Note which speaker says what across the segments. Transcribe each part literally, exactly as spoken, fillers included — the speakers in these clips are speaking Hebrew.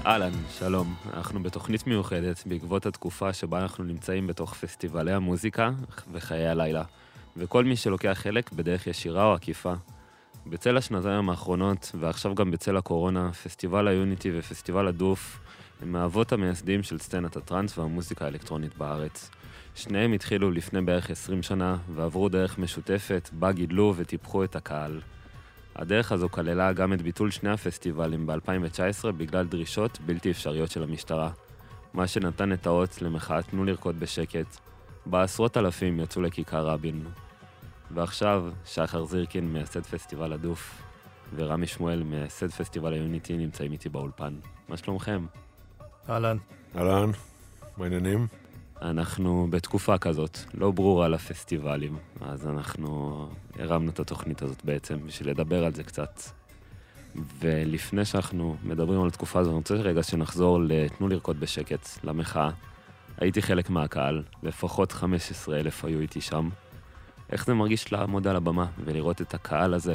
Speaker 1: אהלן, שלום. אנחנו בתוכנית מיוחדת בעקבות התקופה שבה אנחנו נמצאים בתוך פסטיבלי המוזיקה וחיי הלילה, וכל מי שלוקח חלק בדרך ישירה או עקיפה. בצל השנתיים האחרונות, ועכשיו גם בצל הקורונה, פסטיבל היוניטי ופסטיבל הדוף הם מהאבות המייסדים של סצנת הטרנס והמוזיקה האלקטרונית בארץ. שניהם התחילו לפני בערך עשרים שנה ועברו דרך משותפת בה גידלו וטיפחו את הקהל. הדרך הזו כללה גם את ביטול שני הפסטיבלים ב-אלפיים תשע עשרה בגלל דרישות בלתי אפשריות של המשטרה, מה שנתן את האות למחאת תנו לרקוד בשקט, בה עשרות אלפים יצאו לכיכר רבין. ועכשיו, שחר זירקין מייסד פסטיבל הדוף, ורמי שמואל מייסד פסטיבל היוניטי נמצאים איתי באולפן. מה שלומכם?
Speaker 2: אהלן.
Speaker 3: אהלן, מה העניינים?
Speaker 1: אנחנו בתקופה כזאת, לא ברורה לפסטיבלים, אז אנחנו הרמנו את התוכנית הזאת בעצם בשביל לדבר על זה קצת. ולפני שאנחנו מדברים על התקופה הזו, אני רוצה רגע שנחזור לתנו לרקוד בשקט, למחאה. הייתי חלק מהקהל, לפחות חמישה עשר אלף היו איתי שם. איך זה מרגיש לעמוד על הבמה ולראות את הקהל הזה?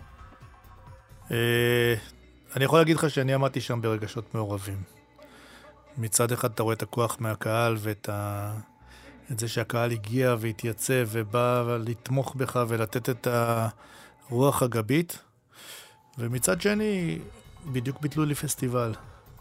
Speaker 2: אני יכול להגיד לך שאני עמדתי שם ברגשות מעורבים. מצד אחד אתה רואה את הכוח מהקהל ואת ה... את זה שהקהל הגיע והתייצב ובא לתמוך בך ולתת את הרוח הגבית. ומצד שני, בדיוק ביטלו לי פסטיבל.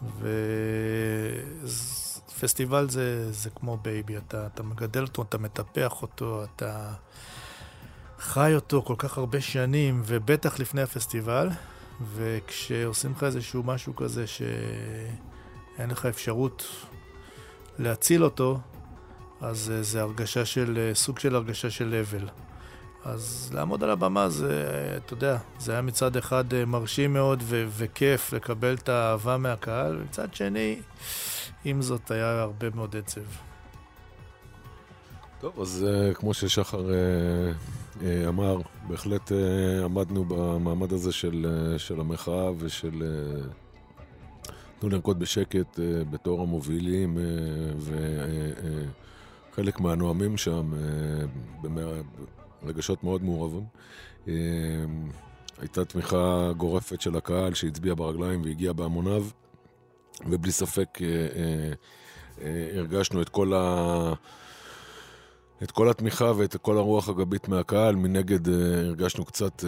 Speaker 2: ופסטיבל זה, זה כמו בייבי, אתה, אתה מגדל אותו, אתה מטפח אותו, אתה חי אותו כל כך הרבה שנים, ובטח לפני הפסטיבל. וכשעושים לך איזשהו משהו כזה ש... אין לך אפשרות להציל אותו, אז זה הרגשה של, סוג של הרגשה של לבל. אז לעמוד על הבמה זה, אתה יודע, זה היה מצד אחד מרשים מאוד ו- וכיף לקבל את האהבה מהקהל, ומצד שני, עם זאת היה הרבה מאוד עצב.
Speaker 3: טוב, אז כמו ששחר אמר, בהחלט עמדנו במעמד הזה של, של המחאה ושל... תנו לרקוד בשקט בתור המובילים וחלק מהנואמים שם ברגשות מאוד מעורבים. הייתה תמיכה גורפת של הקהל שהצביע ברגליים והגיע בהמוניו, ובלי ספק הרגשנו את כל ה... את כל התמיכה ואת כל הרוח הגבית מהקהל. מנגד הרגשנו קצת...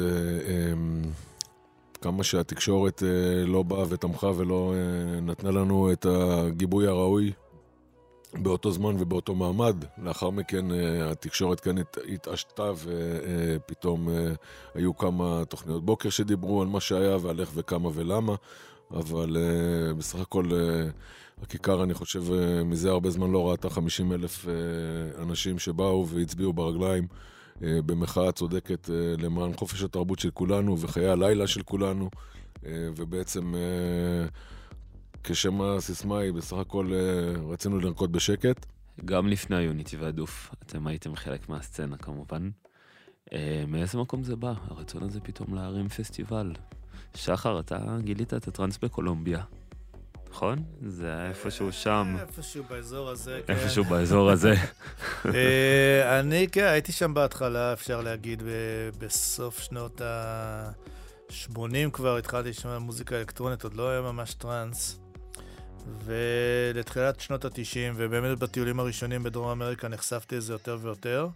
Speaker 3: כמה שהתקשורת אה, לא באה ותמכה ולא אה, נתנה לנו את הגיבוי הראוי באותו זמן ובאותו מעמד. לאחר מכן אה, התקשורת כאן הת, התעשתה ופתאום אה, אה, היו כמה תוכניות בוקר שדיברו על מה שהיה ועל איך וכמה ולמה, אבל אה, בסך הכל אה, הכיכר, אני חושב, אה, מזה הרבה זמן לא ראתה חמישים אלף אה, אנשים שבאו והצביעו ברגליים במחאה צודקת למען חופש התרבות של כולנו וחיי הלילה של כולנו, ובעצם כשם הסיסמה היא בסך הכל רצינו לרקוד בשקט.
Speaker 1: גם לפני היוניטי והדוף, אתם הייתם חלק מהסצנה כמובן. מאיזה מקום זה בא? הרצון הזה פתאום להרים פסטיבל. שחר, אתה גילית את הטרנס בקולומביה. נכון? זה היה איפשהו שם.
Speaker 2: איפשהו באזור הזה.
Speaker 1: איפשהו באזור הזה.
Speaker 2: אני, כן, הייתי שם בהתחלה, אפשר להגיד, בסוף שנות ה-שמונים כבר התחלתי לשמוע מוזיקה אלקטרונית, עוד לא היה ממש טרנס. ולתחילת שנות ה-תשעים, ובאמת בטיולים הראשונים בדרום אמריקה נחשפתי לזה יותר ויותר.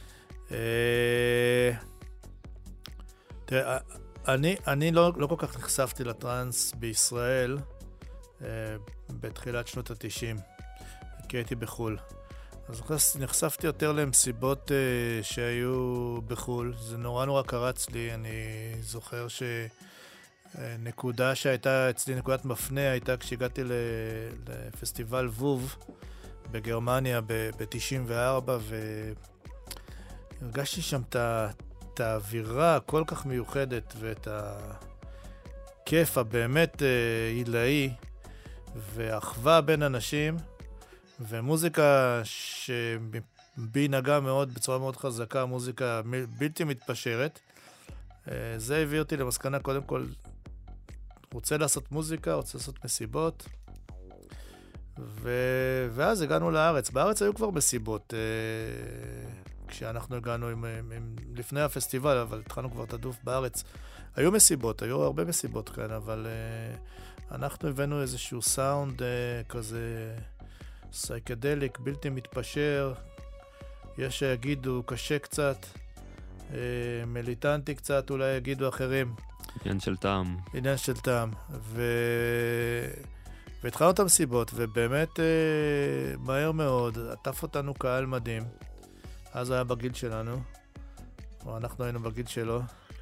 Speaker 2: תראה, אני, אני לא, לא כל כך נחשפתי לטרנס בישראל, בתחילת שנות ה-תשעים, כי הייתי בחול. אז נחשפתי יותר למסיבות uh, שהיו בחול. זה נורא נורא קרץ לי. אני זוכר שנקודה שהייתה אצלי, נקודת מפנה, הייתה כשהגעתי לפסטיבל ווב בגרמניה ב-תשעים וארבע, והרגשתי שם את האווירה כל כך מיוחדת ואת הכיף הבאמת עילאי ואחווה בין אנשים ומוזיקה שבי נגע מאוד, בצורה מאוד חזקה, מוזיקה בלתי מתפשרת. זה הביא אותי למסקנה, קודם כל, רוצה לעשות מוזיקה, רוצה לעשות מסיבות, ו... ואז הגענו לארץ. בארץ היו כבר מסיבות, כשאנחנו הגענו עם, עם, לפני הפסטיבל, אבל התחלנו כבר את הדוף בארץ. היו מסיבות, היו הרבה מסיבות כאן, אבל אנחנו הבאנו איזשהו סאונד uh, כזה סייקדליק, בלתי מתפשר, יש שיגידו קשה קצת, uh, מיליטנטי קצת, אולי יגידו אחרים.
Speaker 1: עניין של טעם.
Speaker 2: עניין של טעם. ו... והתחלנו את המסיבות, ובאמת uh, מהר מאוד, עטף אותנו קהל מדהים. אז היה בגיל שלנו, או אנחנו היינו בגיל שלו.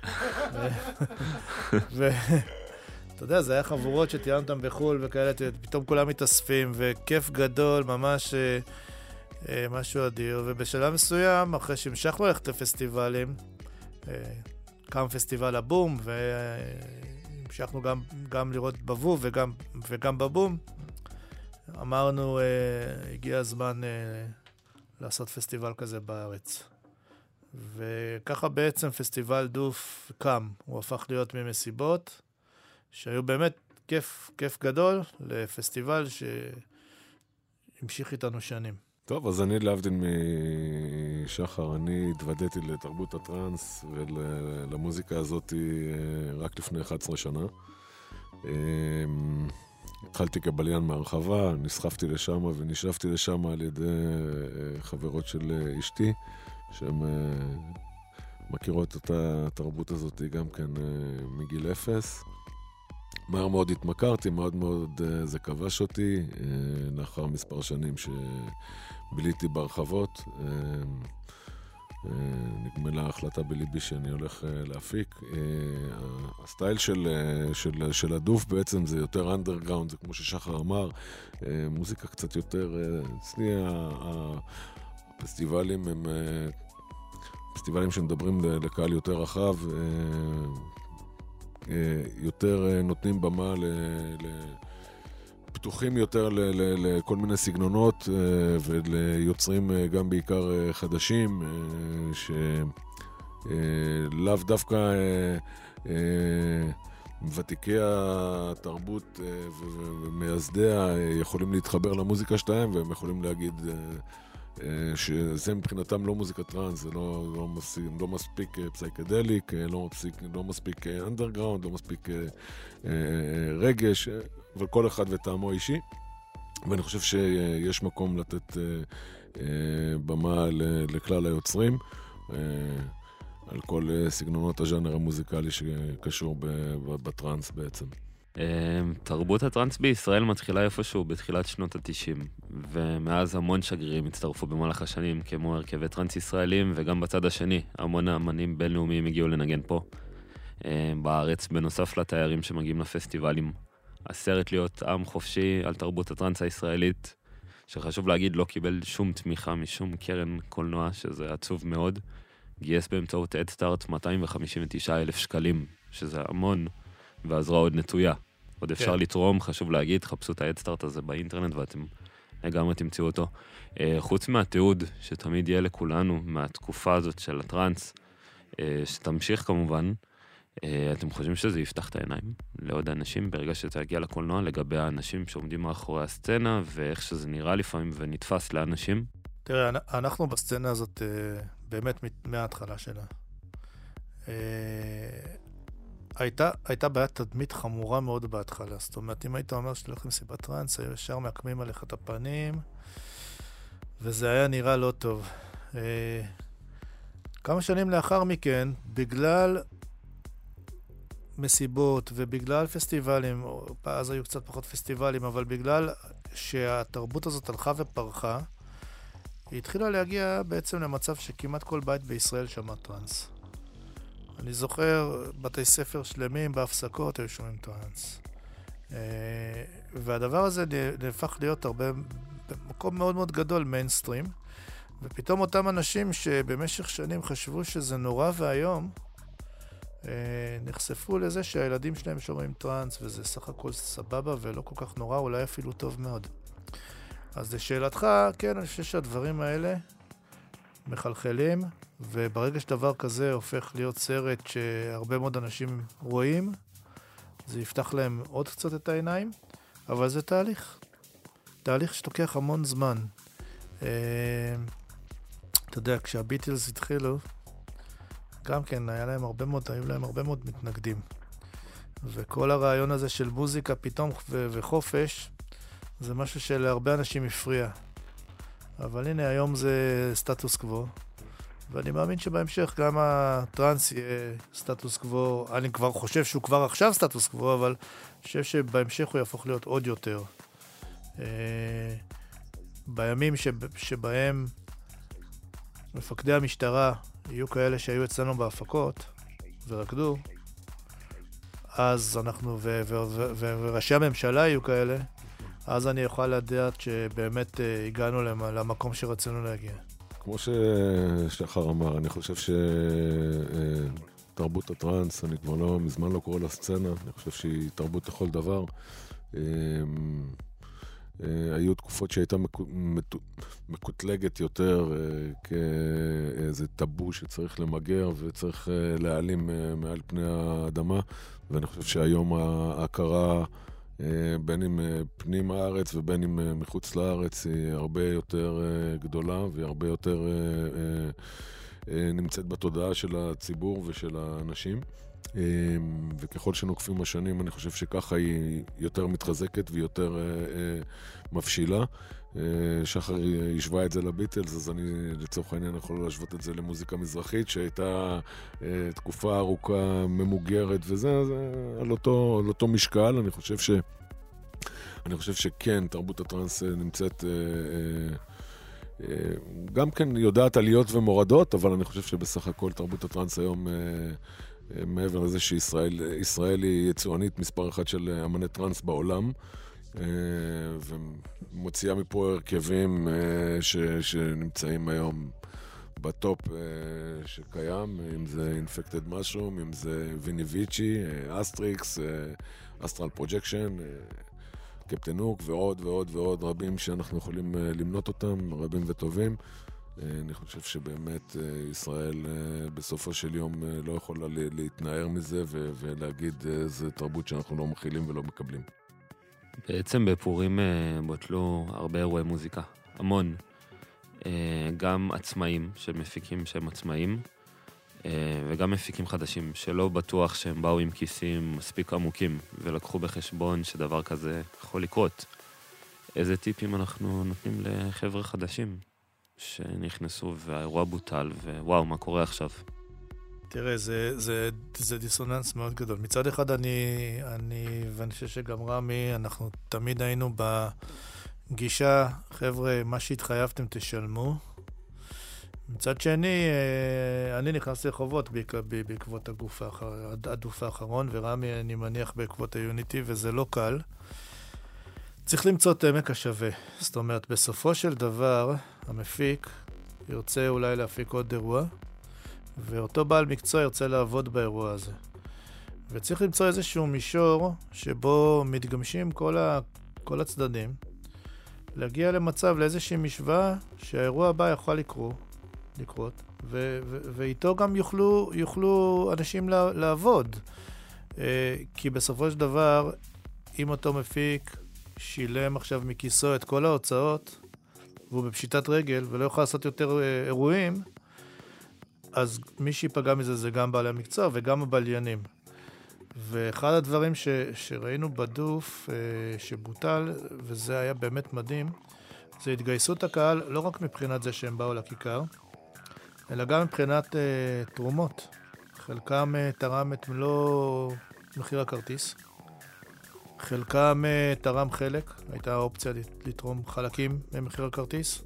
Speaker 2: ו... אתה יודע, זה היה חבורות שתיארנו אותם בחול וכאלה, פתאום כולם מתאספים, וכיף גדול, ממש אה, אה, משהו אדיר. ובשלב מסוים, אחרי שהמשכנו ללכת לפסטיבלים, אה, קם פסטיבל הבום, והמשכנו גם, גם לראות בבוב וגם, וגם בבום, אמרנו, אה, הגיע הזמן אה, לעשות פסטיבל כזה בארץ. וככה בעצם פסטיבל דוף קם, הוא הפך להיות ממסיבות, שהיו באמת כיף, כיף גדול לפסטיבל שהמשיך איתנו שנים.
Speaker 3: טוב, אז אני להבדיל משחר, אני התוודעתי לתרבות הטרנס ולמוזיקה הזאת רק לפני אחת עשרה שנה. התחלתי כבליין מהרחבה, נסחפתי לשם ונשאפתי לשם על ידי חברות של אשתי, שהן מכירות את התרבות הזאת גם כן מגיל אפס. מהר מאוד התמכרתי, מאוד מאוד זה כבש אותי, לאחר מספר שנים שביליתי ברחבות. נגמלה ההחלטה בליבי שאני הולך להפיק. הסטייל של, של, של הדוף בעצם זה יותר אנדרגראונד, זה כמו ששחר אמר, מוזיקה קצת יותר, אצלי הפסטיבלים הם פסטיבלים שמדברים לקהל יותר רחב, יותר נותנים במה ל... פתוחים יותר לכל מיני סגנונות וליוצרים גם בעיקר חדשים שלאו דווקא ותיקי התרבות ומייסדיה יכולים להתחבר למוזיקה שלהם, והם יכולים להגיד שזה מבחינתם לא מוזיקה טרנס, זה לא, לא, מספיק, לא מספיק פסייקדליק, לא מספיק, לא מספיק אנדרגראונד, לא מספיק רגש, אבל כל אחד וטעמו אישי. ואני חושב שיש מקום לתת במה לכלל היוצרים על כל סגנונות הז'אנר המוזיקלי שקשור בטרנס בעצם.
Speaker 1: תרבות הטרנס בישראל מתחילה איפשהו בתחילת שנות ה-תשעים, ומאז המון שגרירים הצטרפו במהלך השנים, כמו הרכבי טרנס ישראלים, וגם בצד השני, המון האמנים בינלאומיים הגיעו לנגן פה בארץ, בנוסף לתיירים שמגיעים לפסטיבלים. הסרט להיות עם חופשי על תרבות הטרנס הישראלית, שחשוב להגיד לא קיבל שום תמיכה משום קרן קולנוע, שזה עצוב מאוד, גייס באמצעות אדסטארט מאתיים וחמישים ותשעה אלף שקלים, שזה המון, והזרוע עוד נטויה. עוד אפשר לתרום, חשוב להגיד, חפשו את האדסטארט הזה באינטרנט ואתם לגמרי תמצאו אותו. חוץ מהתיעוד שתמיד יהיה לכולנו מהתקופה הזאת של הטרנס, שתמשיך כמובן, אתם חושבים שזה יפתח את העיניים לעוד אנשים ברגע שזה יגיע לקולנוע, לגבי האנשים שעומדים מאחורי הסצנה ואיך שזה נראה לפעמים ונתפס לאנשים?
Speaker 2: תראה, אנחנו בסצנה הזאת באמת מההתחלה שלה. הייתה, הייתה בעיית תדמית חמורה מאוד בהתחלה. זאת אומרת, אם היית אומר שאתה הולך למסיבת טרנס, היו ישר מעקמים עליך את הפנים, וזה היה נראה לא טוב. כמה שנים לאחר מכן, בגלל מסיבות ובגלל פסטיבלים, אז היו קצת פחות פסטיבלים, אבל בגלל שהתרבות הזאת הלכה ופרחה, היא התחילה להגיע בעצם למצב שכמעט כל בית בישראל שמע טרנס. אני זוכר בתי ספר שלמים בהפסקות היו שומעים טרנס. והדבר הזה נהפך להיות הרבה, במקום מאוד מאוד גדול, מיינסטרים, ופתאום אותם אנשים שבמשך שנים חשבו שזה נורא והיום, נחשפו לזה שהילדים שלהם שומעים טרנס, וזה סך הכל סבבה ולא כל כך נורא, אולי אפילו טוב מאוד. אז לשאלתך, כן, אני חושב שהדברים האלה מחלחלים, וברגע שדבר כזה הופך להיות סרט שהרבה מאוד אנשים רואים, זה יפתח להם עוד קצת את העיניים, אבל זה תהליך. תהליך שתוקח המון זמן. אתה יודע, כשהביטלס התחילו, גם כן, היה להם הרבה מאוד, היו להם הרבה מאוד מתנגדים. וכל הרעיון הזה של מוזיקה פתאום ו- וחופש, זה משהו שלהרבה אנשים הפריע. אבל הנה, היום זה סטטוס קוו, ואני מאמין שבהמשך גם הטרנס יהיה סטטוס קוו. אני כבר חושב שהוא כבר עכשיו סטטוס קוו, אבל אני חושב שבהמשך הוא יהפוך להיות עוד יותר. בימים שבהם מפקדי המשטרה יהיו כאלה שהיו אצלנו בהפקות ורקדו, אז אנחנו, ו- ו- ו- ו- וראשי הממשלה יהיו כאלה, אז אני יכול לדעת שבאמת הגענו למקום שרצינו להגיע.
Speaker 3: כמו ששחר אמר, אני חושב שתרבות הטרנס, אני כבר לא, מזמן לא קורא לה סצנה, אני חושב שהיא תרבות לכל דבר. היו תקופות שהייתה מקוטלגת יותר כאיזה טאבו שצריך למגר וצריך להעלים מעל פני האדמה, ואני חושב שהיום ההכרה בין אם פנים הארץ ובין אם מחוץ לארץ היא הרבה יותר גדולה והיא הרבה יותר נמצאת בתודעה של הציבור ושל האנשים, וככל שנוקפים השנים אני חושב שככה היא יותר מתחזקת ויותר מבשילה. שחר ישווה את זה לביטלס, אז אני לצורך העניין יכול להשוות את זה למוזיקה מזרחית שהייתה תקופה ארוכה ממוגרת וזה, זה על אותו, על אותו משקל. אני חושב ש אני חושב שכן, תרבות הטרנס נמצאת גם כן יודעת עליות ומורדות, אבל אני חושב שבסך הכל תרבות הטרנס היום, מעבר לזה שישראל ישראל היא יצואנית מספר אחת של אמני טרנס בעולם, ומוציאה מפה הרכבים ש, שנמצאים היום בטופ שקיים, אם זה Infected Mushroom, אם זה ויני ויצ'י, אסטריקס, אסטרל פרוג'קשן, קפטן הוק ועוד ועוד ועוד רבים שאנחנו יכולים למנות אותם, רבים וטובים. אני חושב שבאמת ישראל בסופו של יום לא יכולה להתנער מזה ולהגיד זה תרבות שאנחנו לא מכילים ולא מקבלים.
Speaker 1: בעצם בפורים בוטלו הרבה אירועי מוזיקה, המון. גם עצמאים של מפיקים שהם עצמאים, וגם מפיקים חדשים שלא בטוח שהם באו עם כיסים מספיק עמוקים ולקחו בחשבון שדבר כזה יכול לקרות. איזה טיפים אנחנו נותנים לחבר'ה חדשים שנכנסו והאירוע בוטל ווואו, מה קורה עכשיו?
Speaker 2: תראה, זה, זה, זה דיסוננס מאוד גדול. מצד אחד אני, אני, ואני חושב שגם רמי, אנחנו תמיד היינו בגישה, חבר'ה, מה שהתחייבתם תשלמו. מצד שני, אני נכנסתי לחובות בעקבות הגוף האחר, הדוף האחרון, ורמי אני מניח בעקבות היוניטי, וזה לא קל. צריך למצוא את עמק השווה. זאת אומרת, בסופו של דבר, המפיק ירצה אולי להפיק עוד אירוע, ואותו בעל מקצוע ירצה לעבוד באירוע הזה. וצריך למצוא איזשהו מישור שבו מתגמשים כל, ה, כל הצדדים, להגיע למצב, לאיזושהי משוואה שהאירוע הבא יכול לקרות, לקרות ו, ו, ואיתו גם יוכלו, יוכלו אנשים לה, לעבוד. כי בסופו של דבר, אם אותו מפיק שילם עכשיו מכיסו את כל ההוצאות, והוא בפשיטת רגל ולא יכול לעשות יותר אירועים, אז מי שיפגע מזה זה גם בעלי המקצוע וגם הבליינים. ואחד הדברים ש, שראינו בדוף שבוטל, וזה היה באמת מדהים, זה התגייסות הקהל, לא רק מבחינת זה שהם באו לכיכר, אלא גם מבחינת uh, תרומות. חלקם uh, תרם את מלוא מחיר הכרטיס, חלקם uh, תרם חלק, הייתה אופציה לתרום חלקים ממחיר הכרטיס,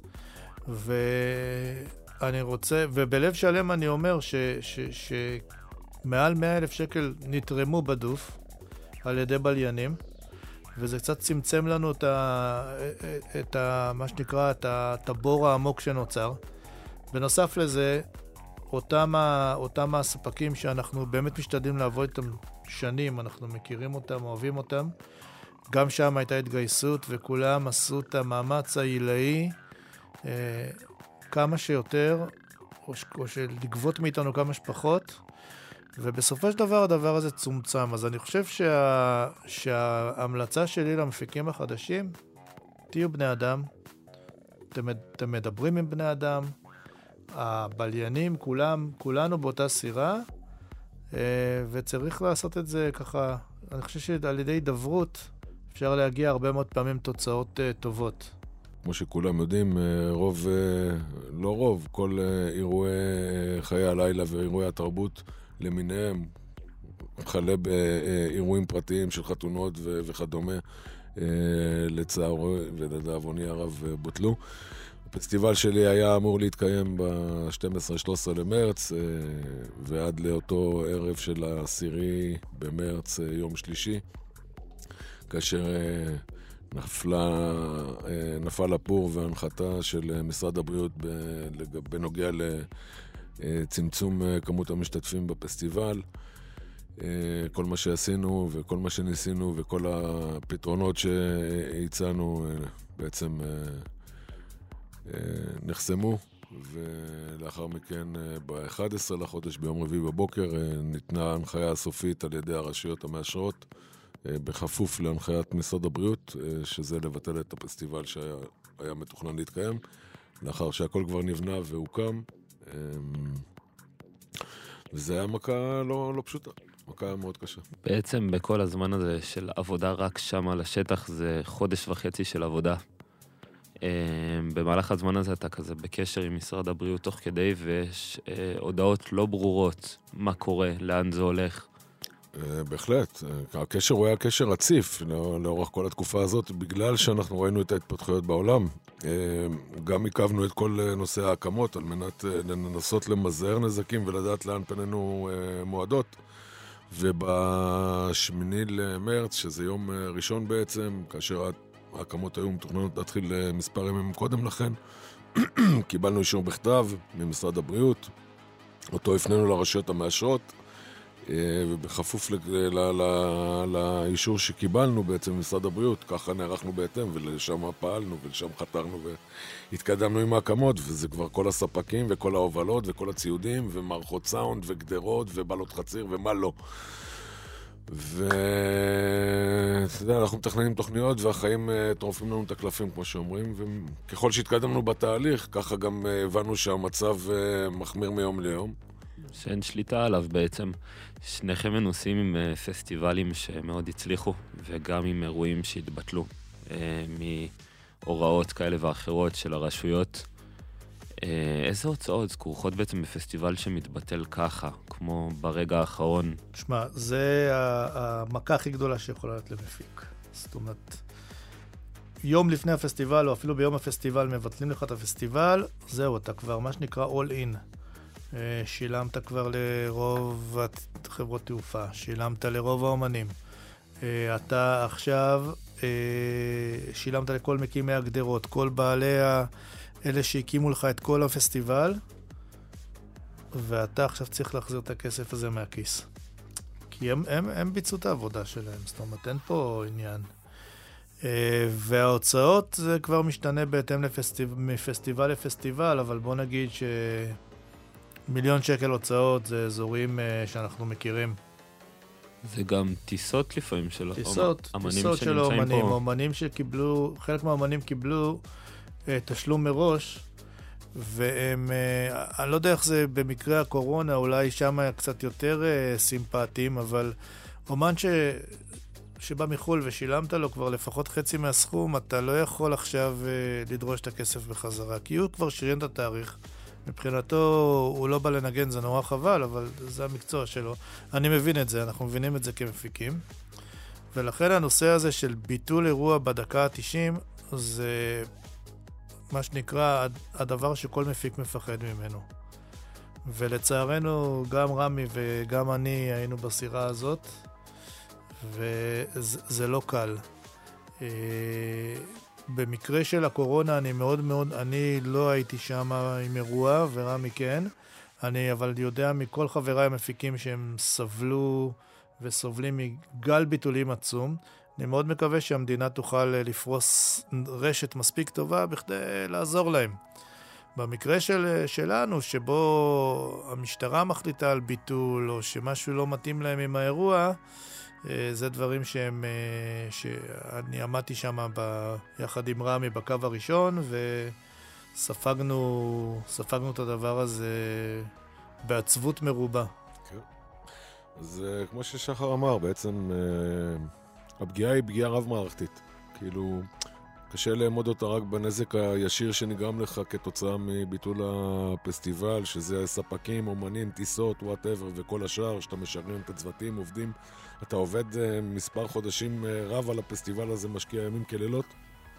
Speaker 2: ואני רוצה, ובלב שלם אני אומר ש, ש, ש, מעל מאה אלף שקל נתרמו בדוף על ידי בליינים, וזה קצת צמצם לנו את ה, את ה, מה שנקרא, את הבור העמוק שנוצר. בנוסף לזה, אותם, אותם הספקים שאנחנו באמת משתדלים לעבוד איתם שנים, אנחנו מכירים אותם, אוהבים אותם, גם שם הייתה התגייסות, וכולם עשו את המאמץ העילאי אה, כמה שיותר, או, או של לגבות מאיתנו כמה שפחות, ובסופו של דבר הדבר הזה צומצם. אז אני חושב שה, שההמלצה שלי למפיקים החדשים, תהיו בני אדם, אתם, אתם מדברים עם בני אדם, הבליינים, כולם, כולנו באותה סירה, וצריך לעשות את זה ככה אני חושב שעל ידי הידברות אפשר להגיע הרבה מאוד פעמים תוצאות uh, טובות.
Speaker 3: כמו שכולם יודעים, רוב, לא רוב, כל אירועי חיי הלילה ואירועי התרבות למיניהם, חלה באירועים פרטיים של חתונות וכדומה, לצערו ולדאבוני הרב בוטלו. הפסטיבל שלי היה אמור להתקיים ב-שנים עשר שלושה עשר למרץ, ועד לאותו ערב של העשירי במרץ, יום שלישי, כאשר נפלה, נפל הפור והנחתה של משרד הבריאות בנוגע לצמצום כמות המשתתפים בפסטיבל. כל מה שעשינו וכל מה שניסינו וכל הפתרונות שהצענו בעצם נחסמו, ולאחר מכן ב-אחד עשר לחודש ביום רביעי בבוקר ניתנה ההנחיה הסופית על ידי הרשויות המאשרות בכפוף להנחיית משרד הבריאות, שזה לבטל את הפסטיבל שהיה מתוכנן להתקיים, לאחר שהכל כבר נבנה והוקם. וזה היה מכה לא, לא פשוטה, מכה מאוד קשה.
Speaker 1: בעצם בכל הזמן הזה של עבודה רק שם על השטח זה חודש וחצי של עבודה. במהלך הזמן הזה אתה כזה בקשר עם משרד הבריאות תוך כדי, ויש הודעות לא ברורות מה קורה, לאן זה הולך.
Speaker 3: בהחלט, הקשר הוא היה קשר רציף לאורך כל התקופה הזאת, בגלל שאנחנו ראינו את ההתפתחויות בעולם. גם עיכבנו את כל נושא ההקמות על מנת לנסות למזער נזקים ולדעת לאן פנינו מועדות. ובשמיני למרץ, שזה יום ראשון בעצם, כאשר ההקמות היו מתוכננות להתחיל מספר ימים קודם לכן, קיבלנו אישור בכתב ממשרד הבריאות, אותו הפנינו לרשויות המאשרות, ובכפוף לאישור שקיבלנו בעצם ממשרד הבריאות, ככה נערכנו בהתאם, ולשם פעלנו, ולשם חתרנו והתקדמנו עם ההקמות, וזה כבר כל הספקים וכל ההובלות וכל הציודים, ומערכות סאונד וגדרות ובעלות חציר ומה לא. ואתה יודע, אנחנו מתכננים תוכניות והחיים טורפים לנו את הקלפים, כמו שאומרים, וככל שהתקדמנו בתהליך, ככה גם הבנו שהמצב מחמיר מיום ליום.
Speaker 1: שאין שליטה עליו בעצם. שניכם מנוסים עם פסטיבלים שמאוד הצליחו, וגם עם אירועים שהתבטלו מהוראות כאלה ואחרות של הרשויות. איזה הוצאות כרוכות בעצם בפסטיבל שמתבטל ככה, כמו ברגע האחרון?
Speaker 2: תשמע, זה המכה הכי גדולה שיכולה להיות למפיק. זאת אומרת, יום לפני הפסטיבל, או אפילו ביום הפסטיבל, מבטלים לך את הפסטיבל, זהו, אתה כבר מה שנקרא all in. שילמת כבר לרוב חברות תעופה, שילמת לרוב האומנים. אתה עכשיו שילמת לכל מקימי הגדרות, כל בעלי אלה שהקימו לך את כל הפסטיבל, ואתה עכשיו צריך להחזיר את הכסף הזה מהכיס. כי הם, הם, הם ביצעו את העבודה שלהם, זאת אומרת, אין פה עניין. וההוצאות זה כבר משתנה בהתאם לפסטיב... מפסטיבל לפסטיבל, אבל בוא נגיד ש... מיליון שקל הוצאות זה אזורים uh, שאנחנו מכירים.
Speaker 1: זה גם טיסות לפעמים של
Speaker 2: טיסות,
Speaker 1: אומנים
Speaker 2: טיסות של
Speaker 1: שנמצאים
Speaker 2: אומנים,
Speaker 1: פה.
Speaker 2: אומנים שקיבלו, חלק מהאומנים קיבלו uh, תשלום מראש, והם, uh, אני לא יודע איך זה במקרה הקורונה, אולי שם היה קצת יותר uh, סימפטיים, אבל אומן ש... שבא מחול ושילמת לו כבר לפחות חצי מהסכום, אתה לא יכול עכשיו uh, לדרוש את הכסף בחזרה, כי הוא כבר שריין את התאריך. מבחינתו הוא לא בא לנגן, זה נורא חבל, אבל זה המקצוע שלו. אני מבין את זה, אנחנו מבינים את זה כמפיקים. ולכן הנושא הזה של ביטול אירוע בדקה ה-תשעים, זה מה שנקרא הדבר שכל מפיק מפחד ממנו. ולצערנו גם רמי וגם אני היינו בסירה הזאת, וזה לא קל. במקרה של הקורונה אני מאוד מאוד, אני לא הייתי שם עם אירוע, ורמי כן. אני אבל יודע מכל חבריי המפיקים שהם סבלו וסובלים מגל ביטולים עצום. אני מאוד מקווה שהמדינה תוכל לפרוס רשת מספיק טובה בכדי לעזור להם. במקרה של, שלנו, שבו המשטרה מחליטה על ביטול, או שמשהו לא מתאים להם עם האירוע, זה דברים שהם, שאני עמדתי שם ב, יחד עם רמי בקו הראשון, וספגנו, ספגנו את הדבר הזה בעצבות מרובה.
Speaker 3: כן. אז uh, כמו ששחר אמר, בעצם uh, הפגיעה היא פגיעה רב-מערכתית. כאילו, קשה לאמוד אותה רק בנזק הישיר שנגרם לך כתוצאה מביטול הפסטיבל, שזה ספקים, אומנים, טיסות, whatever, וכל השאר, שאתה משרים את הצוותים, עובדים. אתה עובד uh, מספר חודשים uh, רב על הפסטיבל הזה, משקיע ימים כלילות,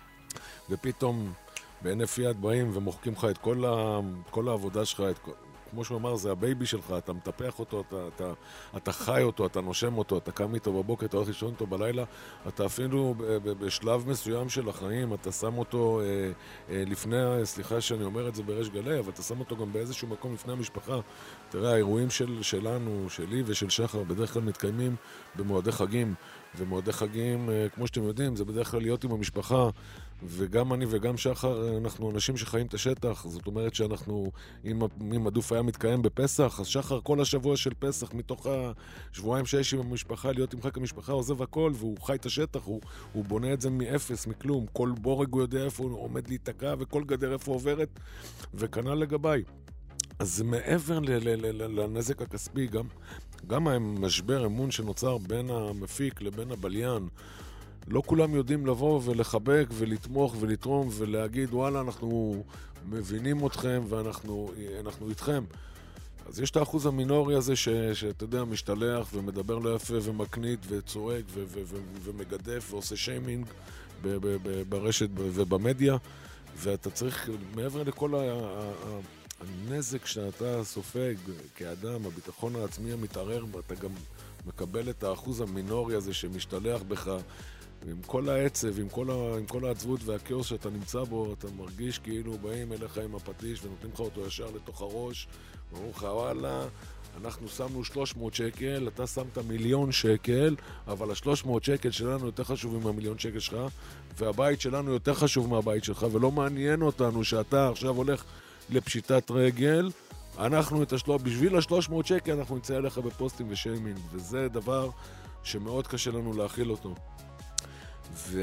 Speaker 3: ופתאום בהינף יד באים ומוחקים לך את כל, ה... כל העבודה שלך, את כל... כמו שהוא אמר, זה הבייבי שלך, אתה מטפח אותו, אתה, אתה, אתה חי אותו, אתה נושם אותו, אתה קם איתו בבוקר, אתה הולך לישון אותו בלילה, אתה אפילו בשלב מסוים של החיים, אתה שם אותו אה, אה, לפני, סליחה שאני אומר את זה בריש גלי, אבל אתה שם אותו גם באיזשהו מקום לפני המשפחה. תראה, האירועים של, שלנו, שלי ושל שחר, בדרך כלל מתקיימים במועדי חגים, ומועדי חגים, אה, כמו שאתם יודעים, זה בדרך כלל להיות עם המשפחה, וגם אני וגם שחר, אנחנו אנשים שחיים את השטח, זאת אומרת שאנחנו, אם, אם הדוף היה מתקיים בפסח, אז שחר כל השבוע של פסח, מתוך השבועיים שיש עם המשפחה, להיות עמך כמשפחה, עוזב הכל, והוא חי את השטח, הוא, הוא בונה את זה מאפס, מכלום, כל בורג הוא יודע איפה הוא עומד להתקע, וכל גדר איפה עוברת, וכנ"ל לגביי. אז זה מעבר ל- ל- ל- לנזק הכספי, גם, גם המשבר אמון שנוצר בין המפיק לבין הבליין, לא כולם יודעים לבוא ולחבק ולתמוך ולתרום ולהגיד וואלה אנחנו מבינים אתכם ואנחנו אנחנו איתכם. אז יש את האחוז המינורי הזה ש, שאתה יודע משתלח ומדבר לא יפה ומקנית וצועק ו, ו, ו, ומגדף ועושה שיימינג ב, ב, ב, ברשת ובמדיה, ואתה צריך מעבר לכל ה, ה, ה, הנזק שאתה סופג כאדם, הביטחון העצמי המתערער, ואתה גם מקבל את האחוז המינורי הזה שמשתלח בך, עם כל העצב, עם כל, ה... עם כל העצבות והכאוס שאתה נמצא בו, אתה מרגיש כאילו באים אליך עם הפטיש ונותנים לך אותו ישר לתוך הראש, ואומרים לך, וואלה, אנחנו שמנו שלוש מאות שקל, אתה שמת מיליון שקל, אבל ה-שלוש מאות שקל שלנו יותר חשוב מהמיליון שקל שלך, והבית שלנו יותר חשוב מהבית שלך, ולא מעניין אותנו שאתה עכשיו הולך לפשיטת רגל, אנחנו את השלוש, בשביל ה-שלוש מאות שקל אנחנו נצא אליך בפוסטים ושיימינג, וזה דבר שמאוד קשה לנו להכיל אותו. ו...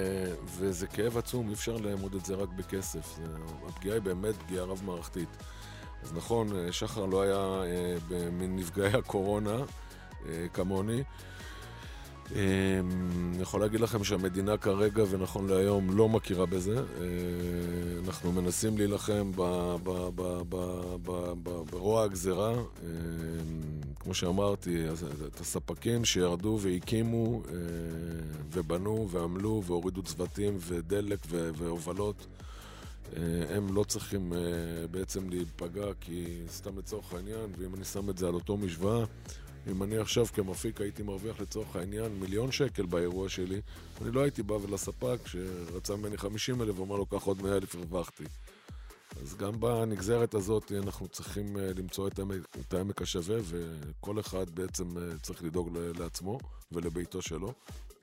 Speaker 3: וזה כאב עצום, אי אפשר לעמוד את זה רק בכסף. זה... הפגיעה היא באמת פגיעה רב-מערכתית. אז נכון, שחר לא היה אה, מנפגעי הקורונה, אה, כמוני. אה, אני יכול להגיד לכם שהמדינה כרגע ונכון להיום לא מכירה בזה. אה, אנחנו מנסים להילחם ב... ב... ב... ב... ב... ב... ברוע הגזרה. אה, כמו שאמרתי, את הספקים שירדו והקימו אה, ובנו ועמלו והורידו צוותים ודלק והובלות, אה, הם לא צריכים אה, בעצם להיפגע, כי סתם לצורך העניין, ואם אני שם את זה על אותו משוואה, אם אני עכשיו כמפיק הייתי מרוויח לצורך העניין מיליון שקל באירוע שלי, אני לא הייתי בא ולספק שרצה ממני חמישים אלף ואומר לו כך עוד מאה אלף הרווחתי. אז גם בנגזרת הזאת אנחנו צריכים למצוא את העמק, את העמק השווה, וכל אחד בעצם צריך לדאוג לעצמו ולביתו שלו.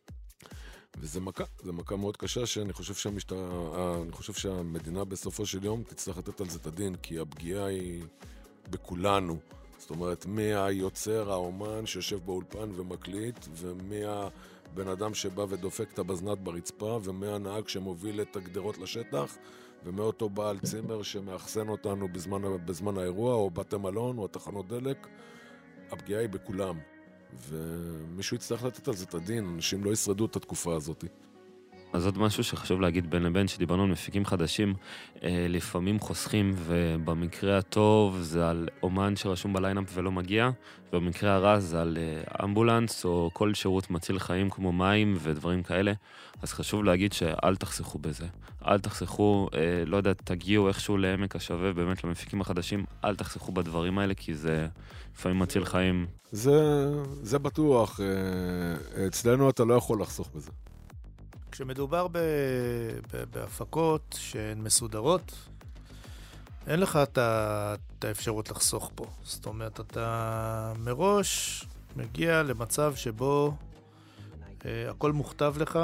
Speaker 3: וזה מכה, זה מכה מאוד קשה שאני חושב, שהמשת... אני חושב שהמדינה בסופו של יום תצטרך לתת על זה את הדין, כי הפגיעה היא בכולנו. זאת אומרת, מהיוצר, האומן שיושב באולפן ומקליט, ומהבן אדם שבא ודופק את הבזנת ברצפה, ומהנהג שמוביל את הגדרות לשטח, ומאותו בעל צימר שמאחסן אותנו בזמן, בזמן האירוע, או בתי מלון, או התחנות דלק. הפגיעה היא בכולם. ומישהו יצטרך לתת על זה את הדין, אנשים לא ישרדו את התקופה הזאת.
Speaker 1: אז עוד משהו שחשוב להגיד בין לבין, שדיברנו על מפיקים חדשים, אה, לפעמים חוסכים, ובמקרה הטוב זה על אומן שרשום בליינאפ ולא מגיע, ובמקרה הרע זה על אה, אמבולנס או כל שירות מציל חיים כמו מים ודברים כאלה. אז חשוב להגיד שאל תחסכו בזה. אל תחסכו, אה, לא יודע, תגיעו איכשהו לעמק השווה, באמת למפיקים החדשים, אל תחסכו בדברים האלה, כי זה לפעמים מציל חיים.
Speaker 3: זה, זה בטוח. אה, אצלנו אתה לא יכול לחסוך בזה.
Speaker 2: כשמדובר ב... ב... בהפקות שהן מסודרות, אין לך את, ה... את האפשרות לחסוך פה. זאת אומרת, אתה מראש מגיע למצב שבו אה, הכל מוכתב לך,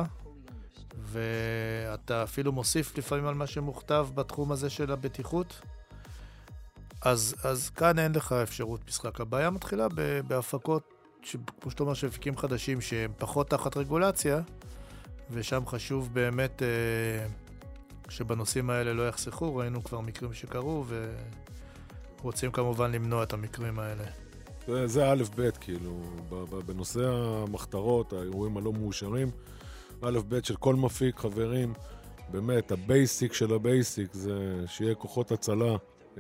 Speaker 2: ואתה אפילו מוסיף לפעמים על מה שמוכתב בתחום הזה של הבטיחות, אז, אז כאן אין לך אפשרות משחק. הבעיה מתחילה ב... בהפקות, ש... כמו שאתה אומר, שמפיקים חדשים שהם פחות תחת רגולציה, ושם חשוב באמת אה, שבנושאים האלה לא יחסכו. ראינו כבר מקרים שקרו, ורוצים כמובן למנוע את המקרים האלה.
Speaker 3: זה, זה א' ב', כאילו, בנושא המחתרות, האירועים הלא מאושרים, א' ב' של כל מפיק, חברים, באמת, הבייסיק של הבייסיק זה שיהיה כוחות הצלה אה,